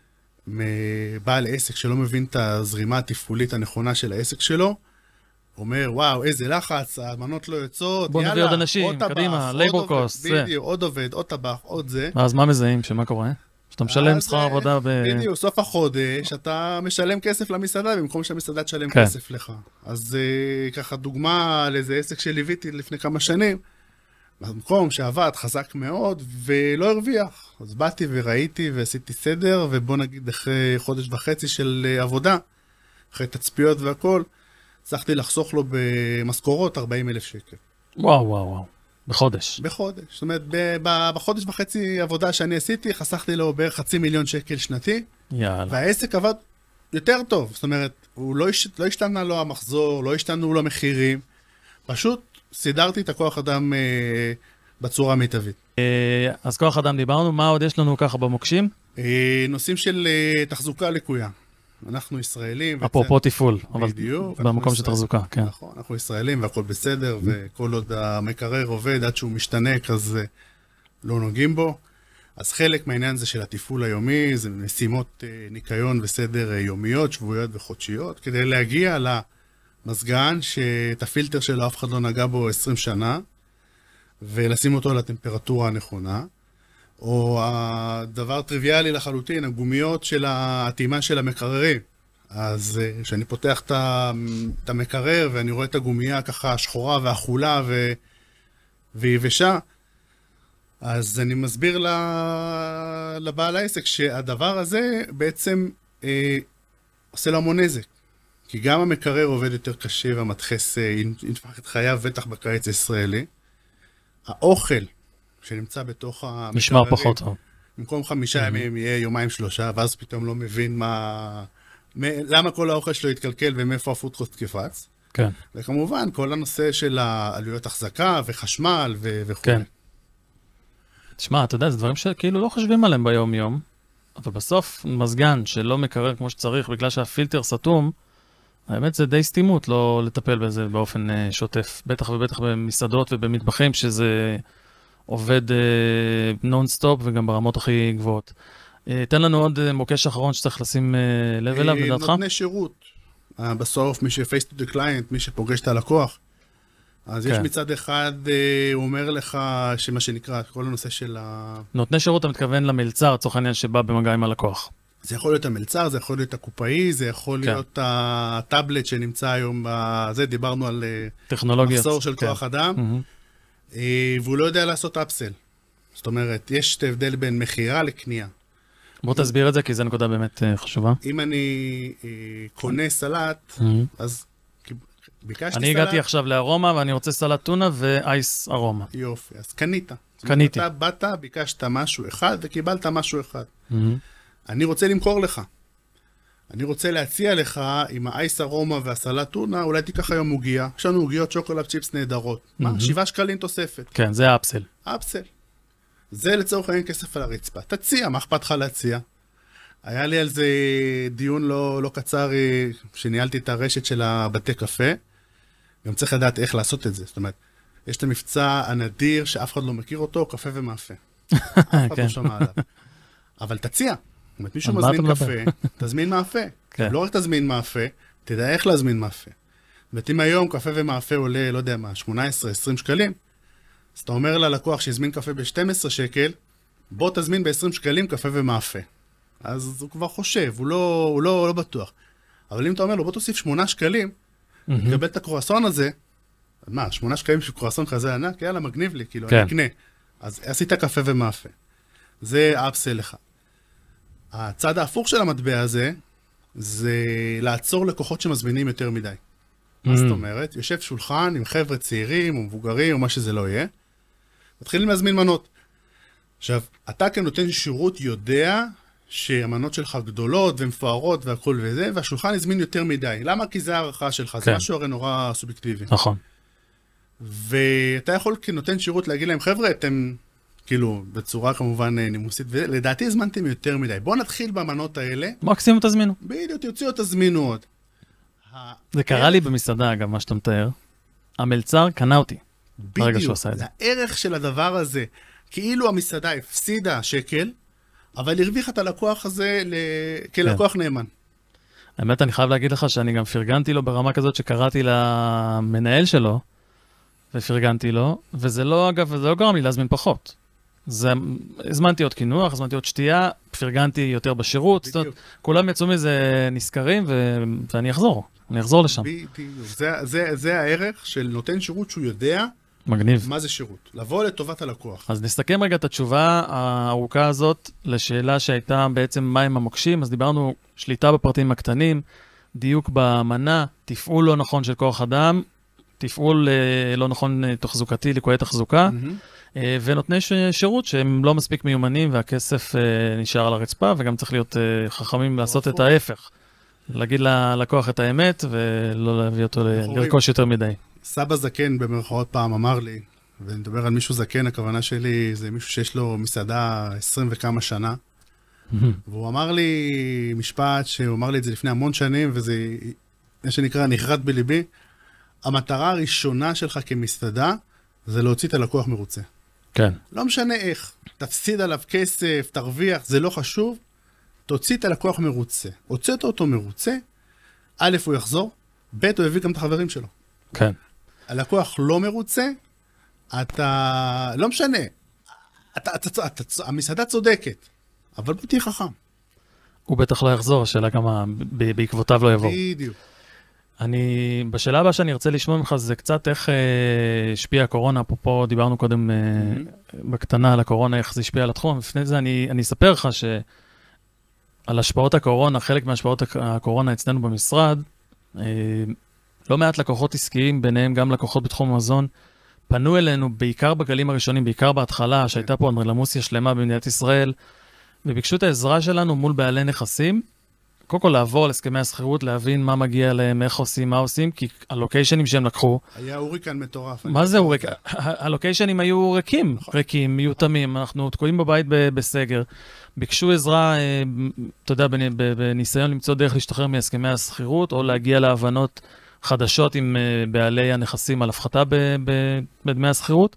בעל עסק שלא מבין את הזרימה התפעולית הנכונה של העסק שלו, אומר, וואו, איזה לחץ, המנות לא יוצאות, בוא נביא עוד אנשים, עוד טבח, קדימה, עוד labor עובד, cost, זה. בדיוק, עוד עובד, עוד טבח, עוד זה. ואז מה מזהים? שמה קורה? שאתה משלם אז, שכר אה, עבודה ב... בדיוק, סוף החודש, אתה משלם כסף למסעדה, במקום שהמסעדה תשלם כן. כסף לך. אז אה, ככה דוגמה לאיזה עסק שליוויתי לפני כמה שנים, במקום שעבד חזק מאוד ולא הרוויח. אז באתי וראיתי ועשיתי סדר, ובוא נגיד אחרי חודש וחצי של אה, עבודה, אחרי תצפיות והכל, הצלחתי לחסוך לו במשכורות ארבעים אלף שקל. וואו, וואו, וואו. בחודש. בחודש. זאת אומרת, ב- ב- בחודש וחצי עבודה שאני עשיתי, חסכתי לו בערך חצי מיליון שקל שנתי, יאללה. והעסק עבד יותר טוב. זאת אומרת, הוא לא, הש... לא השתנה לו המחזור, לא השתנו לו המחירים, פשוט סידרתי את הכוח אדם אה, בצורה המיטבית. אה, אז כוח אדם דיברנו, מה עוד יש לנו ככה במוקשים? אה, נושאים של אה, תחזוקה לקויה. אנחנו ישראלים. אפרופו תפעול, אבל בדיוק, במקום אנחנו של ישראל- תחזוקה, כן. נכון, אנחנו ישראלים והכל בסדר, וכל עוד המקרר עובד עד שהוא משתנק, אז אה, לא נוגעים בו. אז חלק מהעניין זה של התפעול היומי, זה משימות אה, ניקיון וסדר אה, יומיות, שבועיות וחודשיות, כדי להגיע למזגן שאת הפילטר שלו אף אחד לא נגע בו עשרים שנה, ולשים אותו לטמפרטורה הנכונה. או הדבר טריוויאלי לחלוטין, הגומיות של הטעימה של המקררים. אז אה, כשאני פותח את ה- את המקרר ואני רואה את הגומייה ככה שחורה ואכולה ו... ויבשה, אז אני מסביר ל... לבעל העסק שהדבר הזה בעצם אה, עושה לו המון נזק. כי גם המקרר עובד יותר קשה והמדחס אה, ינפח את חייו, בטח בקיץ הישראלי. האוכל שנמצא בתוך המקררים, נשמר פחות טוב. במקום חמישה ימים יהיה יומיים שלושה, ואז פתאום לא מבין מה... מ- למה כל האוכל שלו יתקלקל ומאיפה הפודקאסט קפץ. כן. וכמובן, כל הנושא של העלויות החזקה וחשמל ו- וכו'. כן. תשמע, אתה יודע, זה דברים שכאילו לא חושבים עליהם ביום-יום, אבל בסוף מזגן שלא מקרר כמו שצריך בגלל שהפילטר סתום, האמת זה די סתימות לא לטפל בזה באופן uh, שוטף. בטח ובטח במסעדות ובמטבחים שזה עובד uh, נון-סטופ וגם ברמות הכי גבוהות. Uh, תן לנו עוד uh, מוקש אחרון שצריך לשים uh, לב אליו, אה, לדעתך? נותני שירות. אה, בסוף, מי ש-face to the client, מי שפוגש את הלקוח. אז יש כן. מצד אחד, אה, הוא אומר לך, שמה שנקרא, כל הנושא של ה... נותני שירות, אתה מתכוון למלצר, לצורך העניין שבא במגע עם הלקוח. זה יכול להיות המלצר, זה יכול להיות הקופאי, זה יכול כן. להיות הטאבלט שנמצא היום בזה, דיברנו על אה, טכנולוגיה. מחסור של כוח אדם, מהמם. אה, והוא לא יודע לעשות אפסל. זאת אומרת, יש את ההבדל בין מכירה לקנייה. בוא תסביר את זה, כי זו נקודה באמת uh, חשובה. אם אני אה, קונה סלט, מהמם. אז קיב- ביקשתי אני סלט, הגעתי עכשיו לארומה, ואני רוצה סלט טונה ואייס ארומה. יופי, אז קנית. זאת אומרת, קניתי. אתה באת, ביקשת משהו אחד וקיבלת משהו אחד. מהמם. אני רוצה למכור לך. אני רוצה להציע לך עם האייס ארומה והסלט טונה, אולי תיקח היום עוגיה. יש לנו עוגיות שוקולד צ'יפס נהדרות. מה? שבעה שקלים תוספת. כן, זה האפסל. אפסל. זה לצורך העניין כסף על הרצפה. תציע, מה אכפת לך להציע? היה לי על זה דיון לא, לא קצר, אה, שניהלתי את הרשת של הבתי קפה. גם צריך לדעת איך לעשות את זה. זאת אומרת, יש את המבצע הנדיר שאף אחד לא מכיר אותו, קפה ומאפה. אף אחד כן. לא שמע עליו. אבל תציע. זאת אומרת, מישהו על מה מזמין אתה קפה, תזמין מאפה. כן. לא רק תזמין מאפה, תדע איך להזמין מאפה. זאת אומרת, אם היום קפה ומאפה עולה, לא יודע מה, שמונה עשרה עשרים שקלים, אז אתה אומר ללקוח שהזמין קפה ב-שנים עשר שקל, בוא תזמין ב-עשרים שקלים קפה ומאפה. אז הוא כבר חושב, הוא לא, הוא לא, הוא לא בטוח. אבל אם אתה אומר לו, בוא תוסיף שמונה שקלים, תקבל את הקרואסון הזה, אז מה, שמונה שקלים של קרואסון כזה ענק? יאללה, מגניב לי, כאילו, כן. אני אקנה. אז עשית קפה ומאפה. זה אפסל לך. הצד ההפוך של המטבע הזה, זה לעצור לקוחות שמזמינים יותר מדי. מה זאת אומרת? יושב שולחן עם חבר'ה צעירים או מבוגרים או מה שזה לא יהיה, מתחילים להזמין מנות. עכשיו, אתה כנותן שירות יודע שהמנות שלך גדולות ומפוארות והכל וזה, והשולחן הזמין יותר מדי. למה? כי זה הערכה שלך, כן. זה משהו הרי נורא סובייקטיבי. נכון. ואתה יכול כנותן שירות להגיד להם, חבר'ה, אתם, כאילו, בצורה כמובן נימוסית, ולדעתי הזמנתם יותר מדי. בואו נתחיל במנות האלה. מקסימום תזמינו. בדיוק, תוציאו, תזמינו עוד. זה קרה לי במסעדה, אגב, מה שאתה מתאר. המלצר קנה אותי. בדיוק, זה הערך של הדבר הזה. כאילו המסעדה הפסידה שקל, אבל הרוויחה את הלקוח הזה כלקוח נאמן. האמת, אני חייב להגיד לך שאני גם פרגנתי לו ברמה כזאת שקראתי למנהל שלו, ופרגנתי לו, וזה לא, אגב, זה לא גרם לי להזמין פחות. זה, הזמנתי עוד כינוח, הזמנתי עוד שתייה, פרגנתי יותר בשירות, זאת אומרת, כולם יצאו מזה נזכרים, ו... ואני אחזור, אני אחזור לשם. בדיוק, זה, זה, זה הערך של נותן שירות שהוא יודע, מגניב. מה זה שירות? לבוא לטובת הלקוח. אז נסתכם רגע את התשובה הארוכה הזאת, לשאלה שהייתה בעצם מהם המוקשים, אז דיברנו שליטה בפרטים הקטנים, דיוק במנה, תפעול לא נכון של כוח אדם, תפעול לא נכון תחזוקתי, ליקויי תחזוקה, mm-hmm. ונותני שירות שהם לא מספיק מיומנים, והכסף נשאר על הרצפה, וגם צריך להיות חכמים לעשות את ההפך. להגיד ללקוח את האמת, ולא להביא אותו לרכוש יותר מדי. סבא זקן במרכאות פעם אמר לי, ואני מדבר על מישהו זקן, הכוונה שלי זה מישהו שיש לו מסעדה עשרים וכמה שנה, והוא אמר לי משפט שהוא אמר לי את זה לפני המון שנים, וזה מה שנקרא נחרט בליבי, המטרה הראשונה שלך כמסעדה, זה להוציא את הלקוח מרוצה. כן. לא משנה איך, תפסיד עליו כסף, תרוויח, זה לא חשוב, תוציא את הלקוח מרוצה. הוצאת אותו מרוצה, א' הוא יחזור, ב' הוא יביא גם את החברים שלו. כן. הלקוח לא מרוצה, אתה, לא משנה, אתה, אתה, אתה, אתה, המסעדה צודקת, אבל בוא תהיה חכם. הוא בטח לא יחזור, השאלה כמה בעקבותיו לא יבוא. בדיוק. אני, בשאלה הבאה שאני ארצה לשמוע ממך, זה קצת איך אה, השפיע הקורונה, אפרופו דיברנו קודם אה, mm-hmm. בקטנה על הקורונה, איך זה השפיע על התחום, לפני זה אני, אני אספר לך שעל השפעות הקורונה, חלק מהשפעות הקורונה אצלנו במשרד, אה, לא מעט לקוחות עסקיים, ביניהם גם לקוחות בתחום המזון, פנו אלינו בעיקר בגלים הראשונים, בעיקר בהתחלה, שהייתה פה אנדרלמוסיה שלמה במדינת ישראל, וביקשו את העזרה שלנו מול בעלי נכסים, קודם כל לעבור על הסכמי הסחירות, להבין מה מגיע להם, איך עושים, מה עושים, כי הלוקיישנים שהם לקחו... היה הוריקן מטורף. מה זה הוריקן? הלוקיישנים היו ריקים, ריקים, מיותמים, אנחנו תקועים בבית בסגר, ביקשו עזרה, אתה יודע, בניסיון למצוא דרך להשתחרר מהסכמי הסחירות, או להגיע להבנות חדשות עם בעלי הנכסים על הפחתה בדמי הסחירות.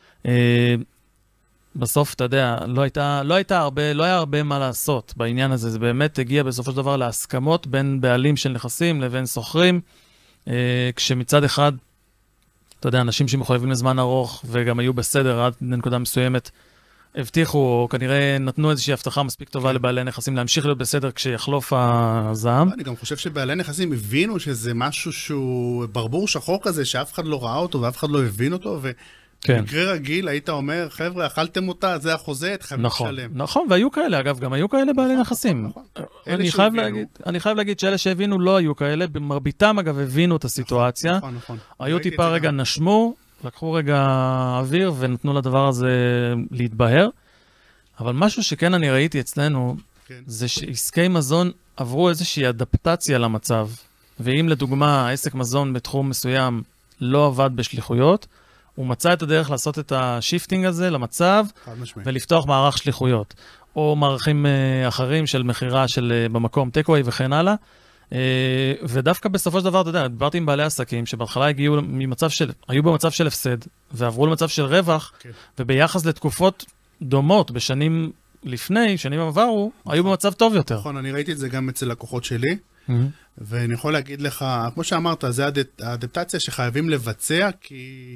בסוף, אתה יודע, לא הייתה, לא הייתה הרבה, לא היה הרבה מה לעשות בעניין הזה. זה באמת הגיע בסופו של דבר להסכמות בין בעלים של נכסים לבין סוחרים, אה, כשמצד אחד, אתה יודע, אנשים שמחויבים לזמן ארוך וגם היו בסדר עד לנקודה מסוימת, הבטיחו, או כנראה נתנו איזושהי הבטחה מספיק טובה לבעלי נכסים להמשיך להיות בסדר כשיחלוף הזעם. אני גם חושב שבעלי נכסים הבינו שזה משהו שהוא ברבור שחור כזה, שאף אחד לא ראה אותו ואף אחד לא הבין אותו, ו... כן. במקרה רגיל, היית אומר, חבר'ה, אכלתם אותה, זה החוזה, את חייבים נכון, לשלם. נכון, והיו כאלה, אגב, גם היו כאלה בעלי נכון, נכסים. נכון, נכון. אני, חייב להגיד, אני חייב להגיד שאלה שהבינו לא היו כאלה, במרביתם, אגב, הבינו את הסיטואציה. נכון, נכון. היו טיפה רגע גם. נשמו, לקחו רגע אוויר, ונתנו לדבר הזה להתבהר. אבל משהו שכן אני ראיתי אצלנו, כן. זה שעסקי מזון עברו איזושהי אדפטציה למצב. ואם לדוגמה, העסק מזון בתחום מסוים לא עבד בשליחויות, הוא מצא את הדרך לעשות את השיפטינג הזה למצב, ולפתוח מערך שליחויות. או מערכים uh, אחרים של מחירה של uh, במקום, טקווי וכן הלאה. Uh, ודווקא בסופו של דבר, אתה יודע, דיברתי עם בעלי עסקים, שבהתחלה הגיעו ממצב של, היו במצב של הפסד, ועברו למצב של רווח, okay. וביחס לתקופות דומות, בשנים לפני, שנים עברו, נכון. היו במצב טוב יותר. נכון, אני ראיתי את זה גם אצל לקוחות שלי, mm-hmm. ואני יכול להגיד לך, כמו שאמרת, זה האדפטציה שחייבים לבצע, כי...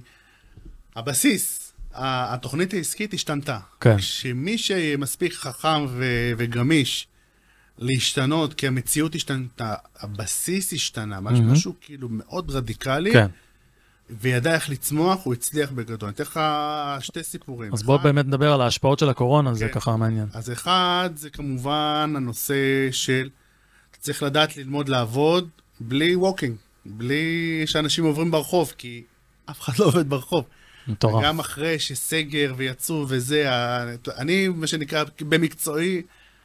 הבסיס, התוכנית העסקית השתנתה. כן. שמי שמספיק חכם ו- וגמיש להשתנות, כי המציאות השתנתה, הבסיס השתנה, משהו, mm-hmm. משהו כאילו מאוד רדיקלי, כן. וידע איך לצמוח, הוא הצליח בגדול. אני אתן לך שתי סיפורים. אז בואו באמת נדבר על ההשפעות של הקורונה, כן. זה ככה מעניין. אז אחד, זה כמובן הנושא של, צריך לדעת ללמוד לעבוד בלי ווקינג, בלי שאנשים עוברים ברחוב, כי אף אחד לא עובד ברחוב. מטורף. גם אחרי שסגר ויצאו וזה, אני, מה שנקרא, במקצועי,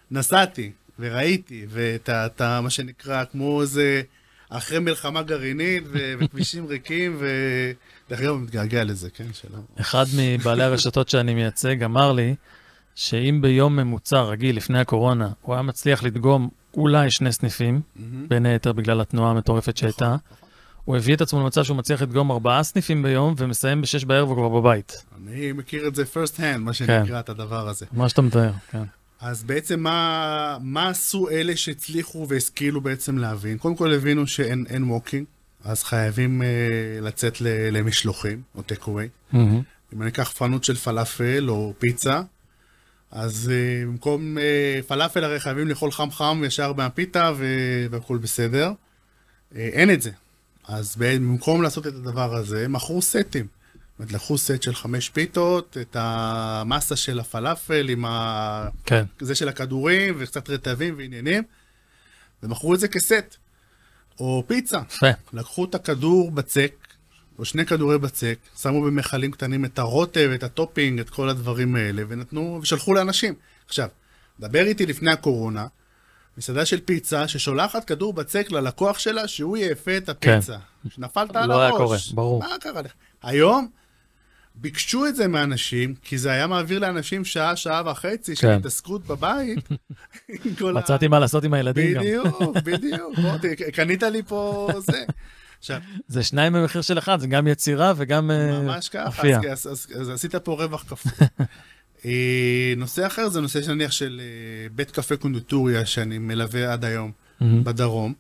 נסעתי וראיתי, ואתה, מה שנקרא, כמו איזה, אחרי מלחמה גרעינית, וכבישים ריקים, ודרך אגב, מתגעגע לזה, כן, שלום. אחד מבעלי הרשתות שאני מייצג אמר לי, שאם ביום ממוצע רגיל לפני הקורונה, הוא היה מצליח לדגום אולי שני סניפים, בין היתר בגלל התנועה המטורפת שהייתה, הוא הביא את עצמו למצב שהוא מצליח לדגום ארבעה סניפים ביום, ומסיים בשש בערב וכבר בבית. אני מכיר את זה first hand, מה שנקרא את הדבר הזה. מה שאתה מתאר, כן. אז בעצם מה, מה עשו אלה שהצליחו והשכילו בעצם להבין? קודם כל הבינו שאין אין ווקינג, אז חייבים uh, לצאת למשלוחים, או take-away. Mm-hmm. אם אני אקח פנות של פלאפל או פיצה, אז uh, במקום uh, פלאפל הרי חייבים לאכול חם חם ישר מהפיתה והכל בסדר. Uh, אין את זה. אז במקום לעשות את הדבר הזה, מכרו סטים. זאת אומרת, לקחו סט של חמש פיתות, את המסה של הפלאפל עם ה... כן. זה של הכדורים וקצת רטבים ועניינים, ומכרו את זה כסט. או פיצה. פה. לקחו את הכדור בצק, או שני כדורי בצק, שמו במחלים קטנים את הרוטב, את הטופינג, את כל הדברים האלה, ונתנו, ושלחו לאנשים. עכשיו, דבר איתי לפני הקורונה, מסעדה של פיצה ששולחת כדור בצק ללקוח שלה שהוא יאפה את הפיצה. כן. שנפלת על לא הראש. היה קורה, ברור. מה קרה לך? היום ביקשו את זה מאנשים, כי זה היה מעביר לאנשים שעה, שעה וחצי, של התעסקות בבית. מצאתי מה לעשות עם הילדים גם. בדיוק, בדיוק. קנית לי פה זה. זה שניים במחיר של אחד, זה גם יצירה וגם אפייה. ממש ככה, אז עשית פה רווח כפול. נושא אחר זה נושא שנניח של בית קפה קונדיטוריה, שאני מלווה עד היום בדרום.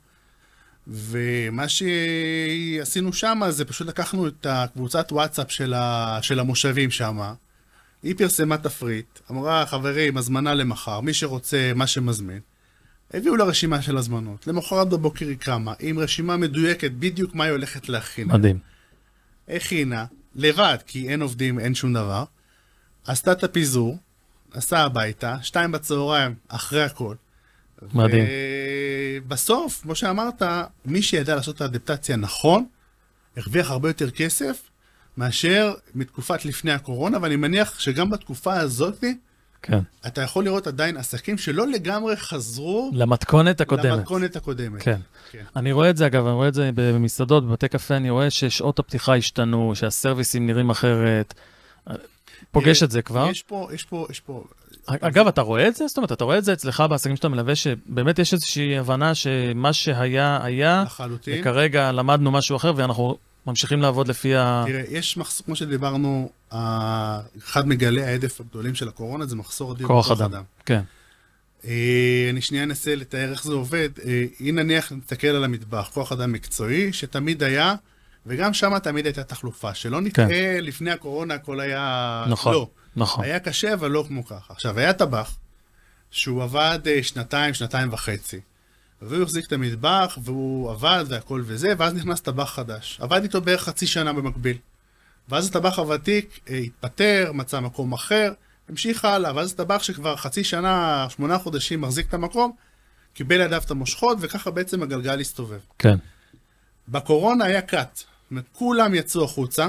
ומה שעשינו שם זה פשוט לקחנו את הקבוצת וואטסאפ של, ה... של המושבים שם. היא פרסמה תפריט, אמרה חברים, הזמנה למחר, מי שרוצה מה שמזמין. הביאו לה רשימה של הזמנות. למחרת בבוקר היא קמה, עם רשימה מדויקת בדיוק מה היא הולכת להכין. מדהים. הכינה, לבד, כי אין עובדים, אין שום דבר. עשתה את הפיזור, עשה הביתה, שתיים בצהריים, אחרי הכל. מדהים. בסוף, כמו שאמרת, מי שידע לעשות את האדפטציה נכון, הרוויח הרבה יותר כסף, מאשר מתקופת לפני הקורונה, ואני מניח שגם בתקופה הזאת, כן. אתה יכול לראות עדיין עסקים שלא לגמרי חזרו... למתכונת הקודמת. למתכונת הקודמת. כן. כן. אני רואה את זה, אגב, אני רואה את זה במסעדות, בבתי קפה, אני רואה ששעות הפתיחה השתנו, שהסרוויסים נראים אחרת. פוגש את זה כבר. יש פה, יש פה, יש פה... אגב, אתה רואה את זה? זאת אומרת, אתה רואה את זה אצלך בעסקים שאתה מלווה, שבאמת יש איזושהי הבנה שמה שהיה, היה, לחלוטין. וכרגע למדנו משהו אחר, ואנחנו ממשיכים לעבוד לפי ה... תראה, יש מחסור, כמו שדיברנו, אחד מגלי העדף הגדולים של הקורונה, זה מחסור אדיר בכוח אדם. כן. אני שנייה אנסה לתאר איך זה עובד. אם נניח נתקל על המטבח, כוח אדם מקצועי, שתמיד היה, וגם שם תמיד הייתה תחלופה, שלא נתקע כן. לפני הקורונה, הכל היה... נכון. לא. נכון. היה קשה, אבל לא כמו ככה. עכשיו, היה טבח, שהוא עבד שנתיים, שנתיים וחצי. והוא החזיק את המטבח, והוא עבד והכל וזה, ואז נכנס טבח חדש. עבד איתו בערך חצי שנה במקביל. ואז הטבח הוותיק התפטר, מצא מקום אחר, המשיך הלאה, ואז הטבח שכבר חצי שנה, שמונה חודשים מחזיק את המקום, קיבל לידיו את המושכות, וככה בעצם הגלגל הסתובב. כן. בקורונה היה קאט. זאת אומרת, כולם יצאו החוצה,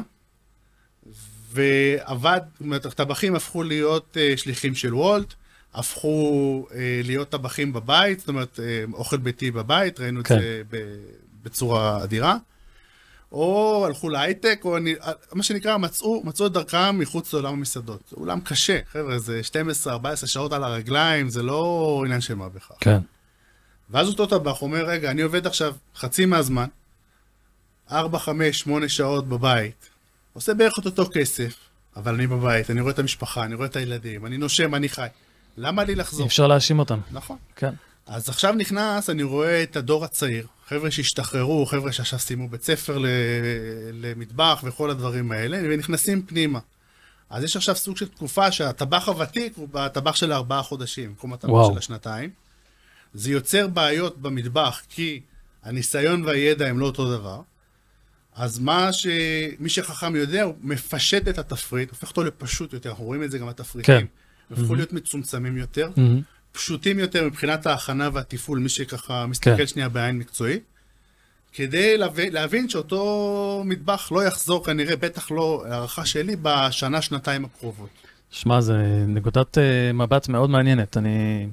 ועבד, זאת אומרת, הטבחים הפכו להיות uh, שליחים של וולט, הפכו uh, להיות טבחים בבית, זאת אומרת, uh, אוכל ביתי בבית, ראינו כן. את זה בצורה אדירה, או הלכו להייטק, או אני, מה שנקרא, מצאו, מצאו את דרכם מחוץ לעולם המסעדות. זה עולם קשה, חבר'ה, זה שתים עשרה ארבע עשרה שעות על הרגליים, זה לא עניין של מה בכך. כן. ואז אותו טבח אומר, רגע, אני עובד עכשיו חצי מהזמן, ארבע, חמש, שמונה שעות בבית, עושה בערך את אותו כסף, אבל אני בבית, אני רואה את המשפחה, אני רואה את הילדים, אני נושם, אני חי. למה לי לחזור? אפשר להאשים אותם. נכון. כן. אז עכשיו נכנס, אני רואה את הדור הצעיר, חבר'ה שהשתחררו, חבר'ה שעכשיו סיימו בית ספר למטבח וכל הדברים האלה, ונכנסים פנימה. אז יש עכשיו סוג של תקופה שהטבח הוותיק הוא בטבח של ארבעה חודשים, במקום הטבח של השנתיים. זה יוצר בעיות במטבח, כי הניסיון והידע הם לא אותו דבר. אז מה שמי שחכם יודע, הוא מפשט את התפריט, הופך אותו לפשוט יותר, אנחנו רואים את זה גם התפריטים. כן. הפכו להיות מצומצמים יותר, פשוטים יותר מבחינת ההכנה והטיפול, מי שככה מסתכל שנייה בעין מקצועי, כדי להבין שאותו מטבח לא יחזור כנראה, בטח לא הערכה שלי, בשנה, שנתיים הקרובות. שמע, זה נקודת מבט מאוד מעניינת. אני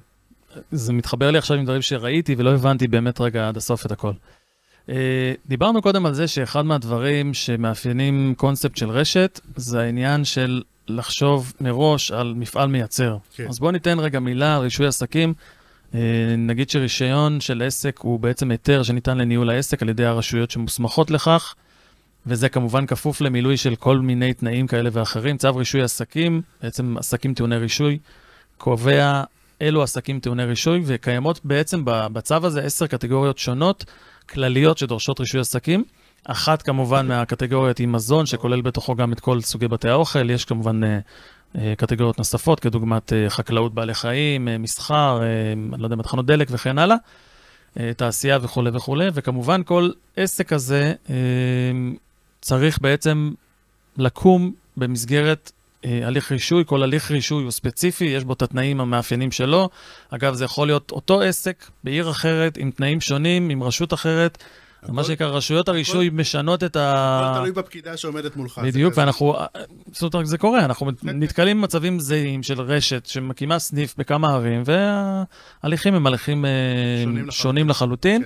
זה מתחבר לי עכשיו עם דברים שראיתי, ולא הבנתי באמת רגע עד הסוף את הכל. דיברנו קודם על זה שאחד מהדברים שמאפיינים קונספט של רשת, זה העניין של לחשוב מראש על מפעל מייצר. כן. אז בואו ניתן רגע מילה על רישוי עסקים. נגיד שרישיון של עסק הוא בעצם היתר שניתן לניהול העסק על ידי הרשויות שמוסמכות לכך, וזה כמובן כפוף למילוי של כל מיני תנאים כאלה ואחרים. צו רישוי עסקים, בעצם עסקים טעוני רישוי, קובע אילו עסקים טעוני רישוי, וקיימות בעצם בצו הזה עשר קטגוריות שונות, כלליות שדורשות רישוי עסקים. אחת כמובן מהקטגוריות היא מזון, שכולל בתוכו גם את כל סוגי בתי האוכל. יש כמובן קטגוריות נוספות, כדוגמת חקלאות בעלי חיים, מסחר, אני לא יודע, מתחנות דלק וכן הלאה, תעשייה וכו' וכו'. וכמובן כל עסק הזה צריך בעצם לקום במסגרת הליך רישוי. כל הליך רישוי הוא ספציפי, יש בו את התנאים המאפיינים שלו. אגב, זה יכול להיות אותו עסק בעיר אחרת, עם תנאים שונים, עם רשות אחרת. מה שנקרא, רשויות הרישוי משנות את ה... הכל תלוי בפקידה שעומדת מולך. בדיוק, ואנחנו... זאת אומרת, זה קורה, אנחנו נתקלים במצבים זהים של רשת שמקימה סניף בכמה ערים, וההליכים הם הליכים שונים לחלוטין.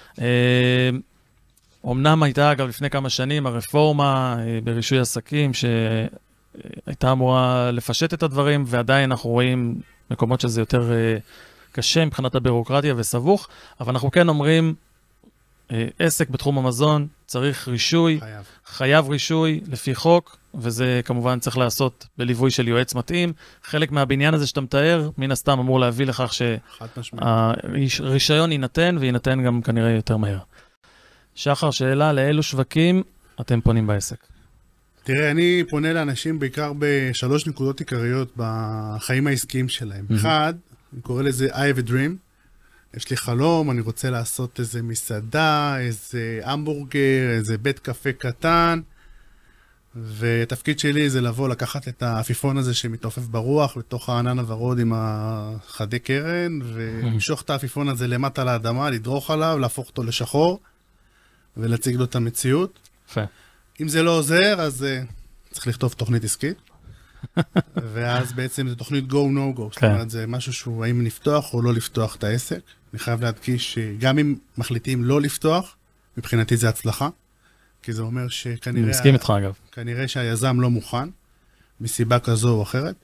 אמנם הייתה, אגב, לפני כמה שנים, הרפורמה ברישוי עסקים, שהייתה אמורה לפשט את הדברים, ועדיין אנחנו רואים מקומות שזה יותר קשה מבחינת הבירוקרטיה וסבוך, אבל אנחנו כן אומרים, עסק בתחום המזון צריך רישוי, חייב. חייב רישוי לפי חוק, וזה כמובן צריך לעשות בליווי של יועץ מתאים. חלק מהבניין הזה שאתה מתאר, מן הסתם אמור להביא לכך שהרישיון יינתן, ויינתן גם כנראה יותר מהר. שחר, שאלה, לאילו שווקים אתם פונים בעסק? תראה, אני פונה לאנשים בעיקר בשלוש נקודות עיקריות בחיים העסקיים שלהם. Mm-hmm. אחד, אני קורא לזה I have a dream. יש לי חלום, אני רוצה לעשות איזה מסעדה, איזה המבורגר, איזה בית קפה קטן, ותפקיד שלי זה לבוא, לקחת את האפיפון הזה שמתעופף ברוח, בתוך הענן הוורוד עם החדי קרן, ולמשוך את האפיפון הזה למטה לאדמה, לדרוך עליו, להפוך אותו לשחור, ולהציג לו את המציאות. יפה. אם זה לא עוזר, אז uh, צריך לכתוב תוכנית עסקית. ואז בעצם זה תוכנית go no go, זאת אומרת זה משהו שהוא האם לפתוח או לא לפתוח את העסק. אני חייב להדגיש שגם אם מחליטים לא לפתוח, מבחינתי זה הצלחה, כי זה אומר שכנראה... אני מסכים איתך אגב. כנראה שהיזם לא מוכן, מסיבה כזו או אחרת.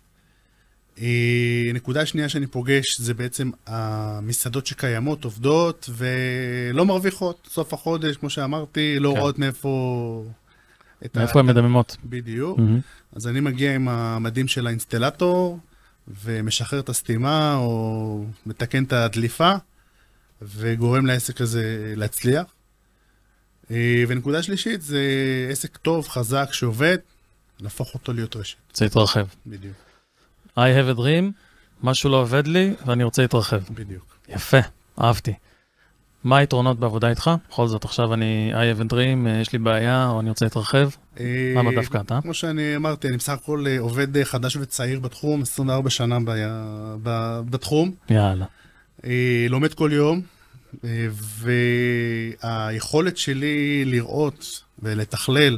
נקודה שנייה שאני פוגש זה בעצם המסעדות שקיימות, עובדות ולא מרוויחות. סוף החודש, כמו שאמרתי, לא רואות מאיפה... מאיפה הן מדממות. בדיוק. Mm-hmm. אז אני מגיע עם המדים של האינסטלטור, ומשחרר את הסתימה, או מתקן את הדליפה, וגורם לעסק הזה להצליח. ונקודה שלישית, זה עסק טוב, חזק, שעובד, להפוך אותו להיות רשת. רוצה להתרחב. בדיוק. I have a dream, משהו לא עובד לי, ואני רוצה להתרחב. בדיוק. יפה, אהבתי. מה היתרונות בעבודה איתך? בכל זאת, עכשיו אני I have a dream, יש לי בעיה, או אני רוצה להתרחב? למה דווקא אתה? כמו שאני אמרתי, אני בסך הכל עובד חדש וצעיר בתחום, עשרים וארבע שנה בתחום. יאללה. לומד כל יום, והיכולת שלי לראות ולתכלל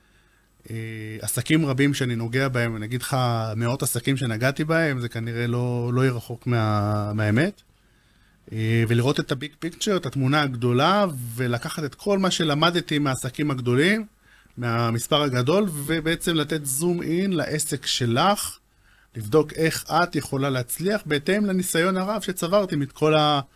עסקים רבים שאני נוגע בהם, אני אגיד לך מאות עסקים שנגעתי בהם, זה כנראה לא, לא ירחוק מה, מהאמת. ולראות את הביג פיקצ'ר, את התמונה הגדולה, ולקחת את כל מה שלמדתי מהעסקים הגדולים, מהמספר הגדול, ובעצם לתת זום אין לעסק שלך, לבדוק איך את יכולה להצליח, בהתאם לניסיון הרב שצברתי מאת כל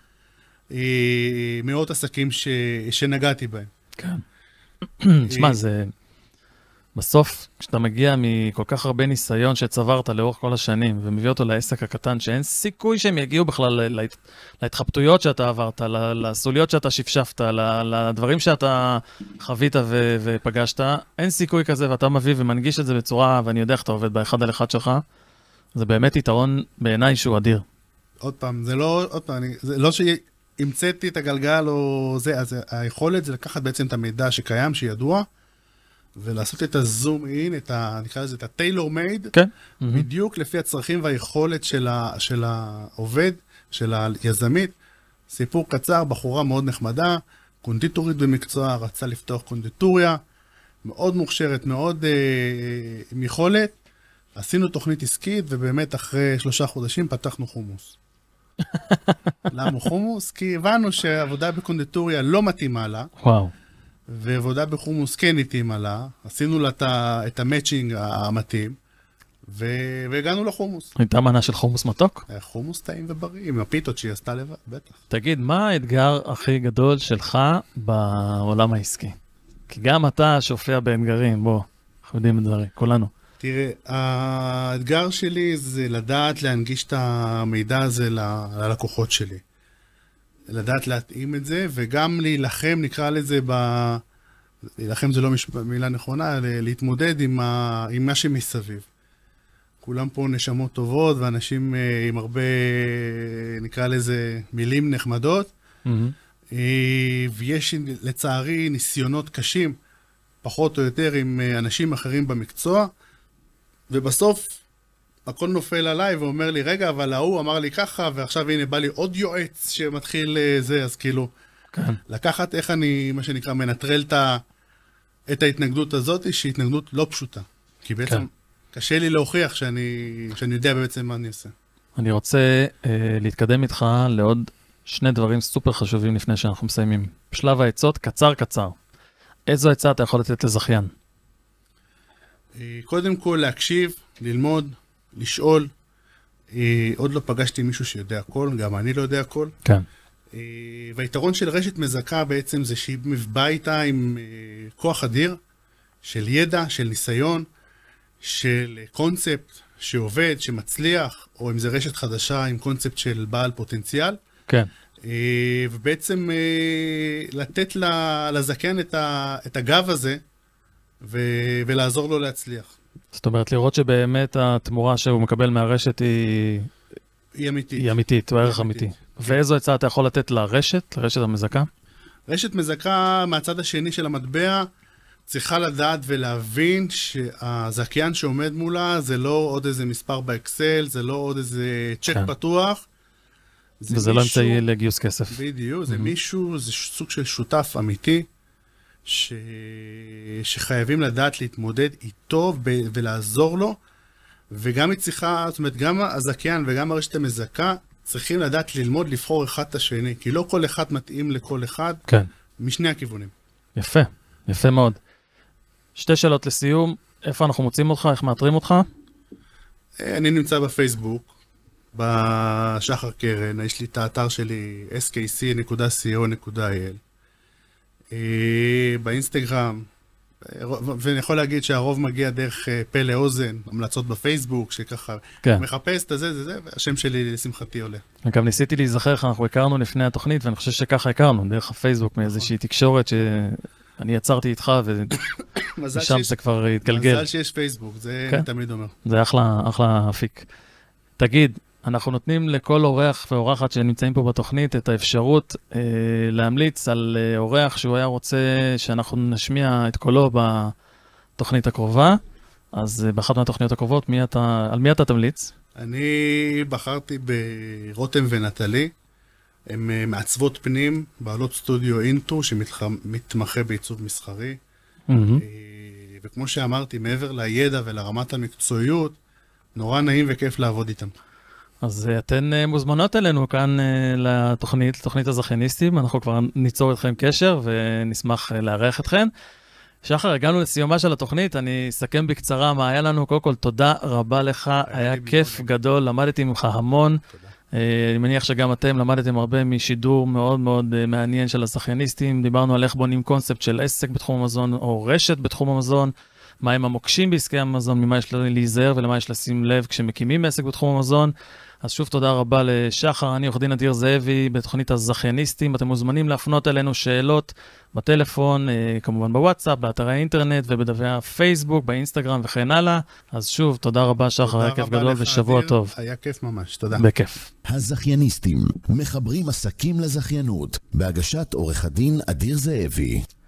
המאות עסקים ש... שנגעתי בהם. כן. תשמע, זה... בסוף, כשאתה מגיע מכל כך הרבה ניסיון שצברת לאורך כל השנים, ומביא אותו לעסק הקטן, שאין סיכוי שהם יגיעו בכלל להת... להתחבטויות שאתה עברת, לסוליות שאתה שפשפת, לדברים שאתה חווית ו... ופגשת, אין סיכוי כזה, ואתה מביא ומנגיש את זה בצורה, ואני יודע איך אתה עובד באחד על אחד שלך, זה באמת יתרון בעיניי שהוא אדיר. עוד פעם, זה לא, עוד פעם, אני, זה לא שהמצאתי את הגלגל או זה, אז היכולת זה לקחת בעצם את המידע שקיים, שידוע, ולעשות את הזום אין, את ה, נקרא לזה, את הטיילור מייד, כן. בדיוק לפי הצרכים והיכולת של, ה, של העובד, של היזמית. סיפור קצר, בחורה מאוד נחמדה, קונדיטורית במקצוע, רצה לפתוח קונדיטוריה, מאוד מוכשרת, מאוד אה, עם יכולת. עשינו תוכנית עסקית, ובאמת אחרי שלושה חודשים פתחנו חומוס. למה חומוס? כי הבנו שעבודה בקונדיטוריה לא מתאימה לה, וואו. ועבודה בחומוס כן התאימה לה, עשינו לה את המאצ'ינג המתאים, והגענו לחומוס. הייתה מנה של חומוס מתוק? היה חומוס טעים ובריא, עם הפיתות שהיא עשתה לבד, בטח. תגיד, מה האתגר הכי גדול שלך בעולם העסקי? כי גם אתה שופע באתגרים, בוא, אנחנו יודעים את דברים, כולנו. תראה, האתגר שלי זה לדעת להנגיש את המידע הזה ללקוחות שלי. לדעת להתאים את זה, וגם להילחם, נקרא לזה ב... להילחם זה לא מילה נכונה, להתמודד עם, ה... עם מה שמסביב. כולם פה נשמות טובות, ואנשים עם הרבה, נקרא לזה, מילים נחמדות. Mm-hmm. ויש לצערי ניסיונות קשים, פחות או יותר עם אנשים אחרים במקצוע, ובסוף הכל נופל עליי ואומר לי, רגע, אבל ההוא אמר לי ככה, ועכשיו הנה בא לי עוד יועץ שמתחיל זה, אז כאילו, כן. לקחת איך אני, מה שנקרא, מנטרל את, ה... את ההתנגדות הזאת, שהיא התנגדות לא פשוטה. כי בעצם כן. קשה לי להוכיח שאני, שאני יודע בעצם מה אני עושה. אני רוצה אה, להתקדם איתך לעוד שני דברים סופר חשובים לפני שאנחנו מסיימים. בשלב העצות, קצר קצר. איזו עצה אתה יכול לתת לזכיין? קודם כל להקשיב, ללמוד, לשאול. עוד לא פגשתי מישהו שיודע הכל, גם אני לא יודע הכל. כן. והיתרון של רשת מזכה בעצם זה שהיא באה איתה עם כוח אדיר, של ידע, של ניסיון, של קונספט שעובד, שמצליח, או אם זה רשת חדשה עם קונספט של בעל פוטנציאל. כן. ובעצם לתת לזכיין את הגב הזה, ולעזור לו להצליח. זאת אומרת, לראות שבאמת התמורה שהוא מקבל מהרשת היא... היא אמיתית. היא אמיתית, הוא ערך אמיתי. ואיזו הצעה אתה יכול לתת לרשת, לרשת המזכה? רשת מזכה מהצד השני של המטבע, צריכה לדעת ולהבין שהזכיין שעומד מולה, זה לא עוד איזה מספר באקסל, זה לא עוד איזה צ'ק פתוח. וזה לא אמצעי לגיוס כסף. בדיוק, זה מישהו, זה סוג של שותף אמיתי, ש... שחייבים לדעת להתמודד איתו ב... ולעזור לו, וגם היא צריכה, זאת אומרת, גם הזכיין וגם הרשת המזכה, צריכים לדעת ללמוד לבחור אחד את השני, כי לא כל אחד מתאים לכל אחד, כן. משני הכיוונים. יפה, יפה מאוד. שתי שאלות לסיום, איפה אנחנו מוצאים אותך, איך מאתרים אותך? אני נמצא בפייסבוק, בשחר קרן, יש לי את האתר שלי, אס קיי סי נקודה סי או נקודה איי אל. באינסטגרם, ואני יכול להגיד שהרוב מגיע דרך פה לאוזן, המלצות בפייסבוק, שככה כן. מחפש את זה, זה, זה, והשם שלי לשמחתי עולה. גם ניסיתי להיזכר איך אנחנו הכרנו לפני התוכנית, ואני חושב שככה הכרנו, דרך הפייסבוק, מאיזושהי תקשורת שאני יצרתי איתך, ושם זה כבר התגלגל. מזל שיש פייסבוק, זה כן? אני תמיד אומר. זה אחלה, אחלה אפיק. תגיד, אנחנו נותנים לכל אורח ואורחת שנמצאים פה בתוכנית את האפשרות אה, להמליץ על אה, אורח שהוא היה רוצה שאנחנו נשמיע את קולו בתוכנית הקרובה. אז אה, באחת מהתוכניות הקרובות, מי אתה, על מי אתה תמליץ? אני בחרתי ברותם ונטלי. הן אה, מעצבות פנים, בעלות סטודיו אינטו, שמתמחה בעיצוב מסחרי. Mm-hmm. אה, וכמו שאמרתי, מעבר לידע ולרמת המקצועיות, נורא נעים וכיף לעבוד איתם. אז אתן מוזמנות אלינו כאן לתוכנית, לתוכנית הזכייניסטים. אנחנו כבר ניצור אתכם קשר ונשמח לארח אתכם. שחר, הגענו לסיומה של התוכנית. אני אסכם בקצרה מה היה לנו. קודם כל, תודה רבה לך. היה כיף גדול. למדתי ממך המון. אני מניח שגם אתם למדתם הרבה משידור מאוד מאוד מעניין של הזכייניסטים. דיברנו על איך בונים קונספט של עסק בתחום המזון או רשת בתחום המזון. מה הם המוקשים בעסקי המזון, ממה יש להיזהר ולמה יש לשים לב כשמקימים עסק בתחום המזון. אז שוב תודה רבה לשחר, אני עורך דין אדיר זאבי בתוכנית הזכייניסטים. אתם מוזמנים להפנות אלינו שאלות בטלפון, כמובן בוואטסאפ, באתרי האינטרנט ובדפי הפייסבוק, באינסטגרם וכן הלאה. אז שוב תודה רבה שחר, היה כיף גדול ושבוע טוב. היה כיף ממש, תודה. בכיף. הזכייניסטים, מחברים עסקים לזכיינות, בהגשת עורך הדין אדיר זאבי.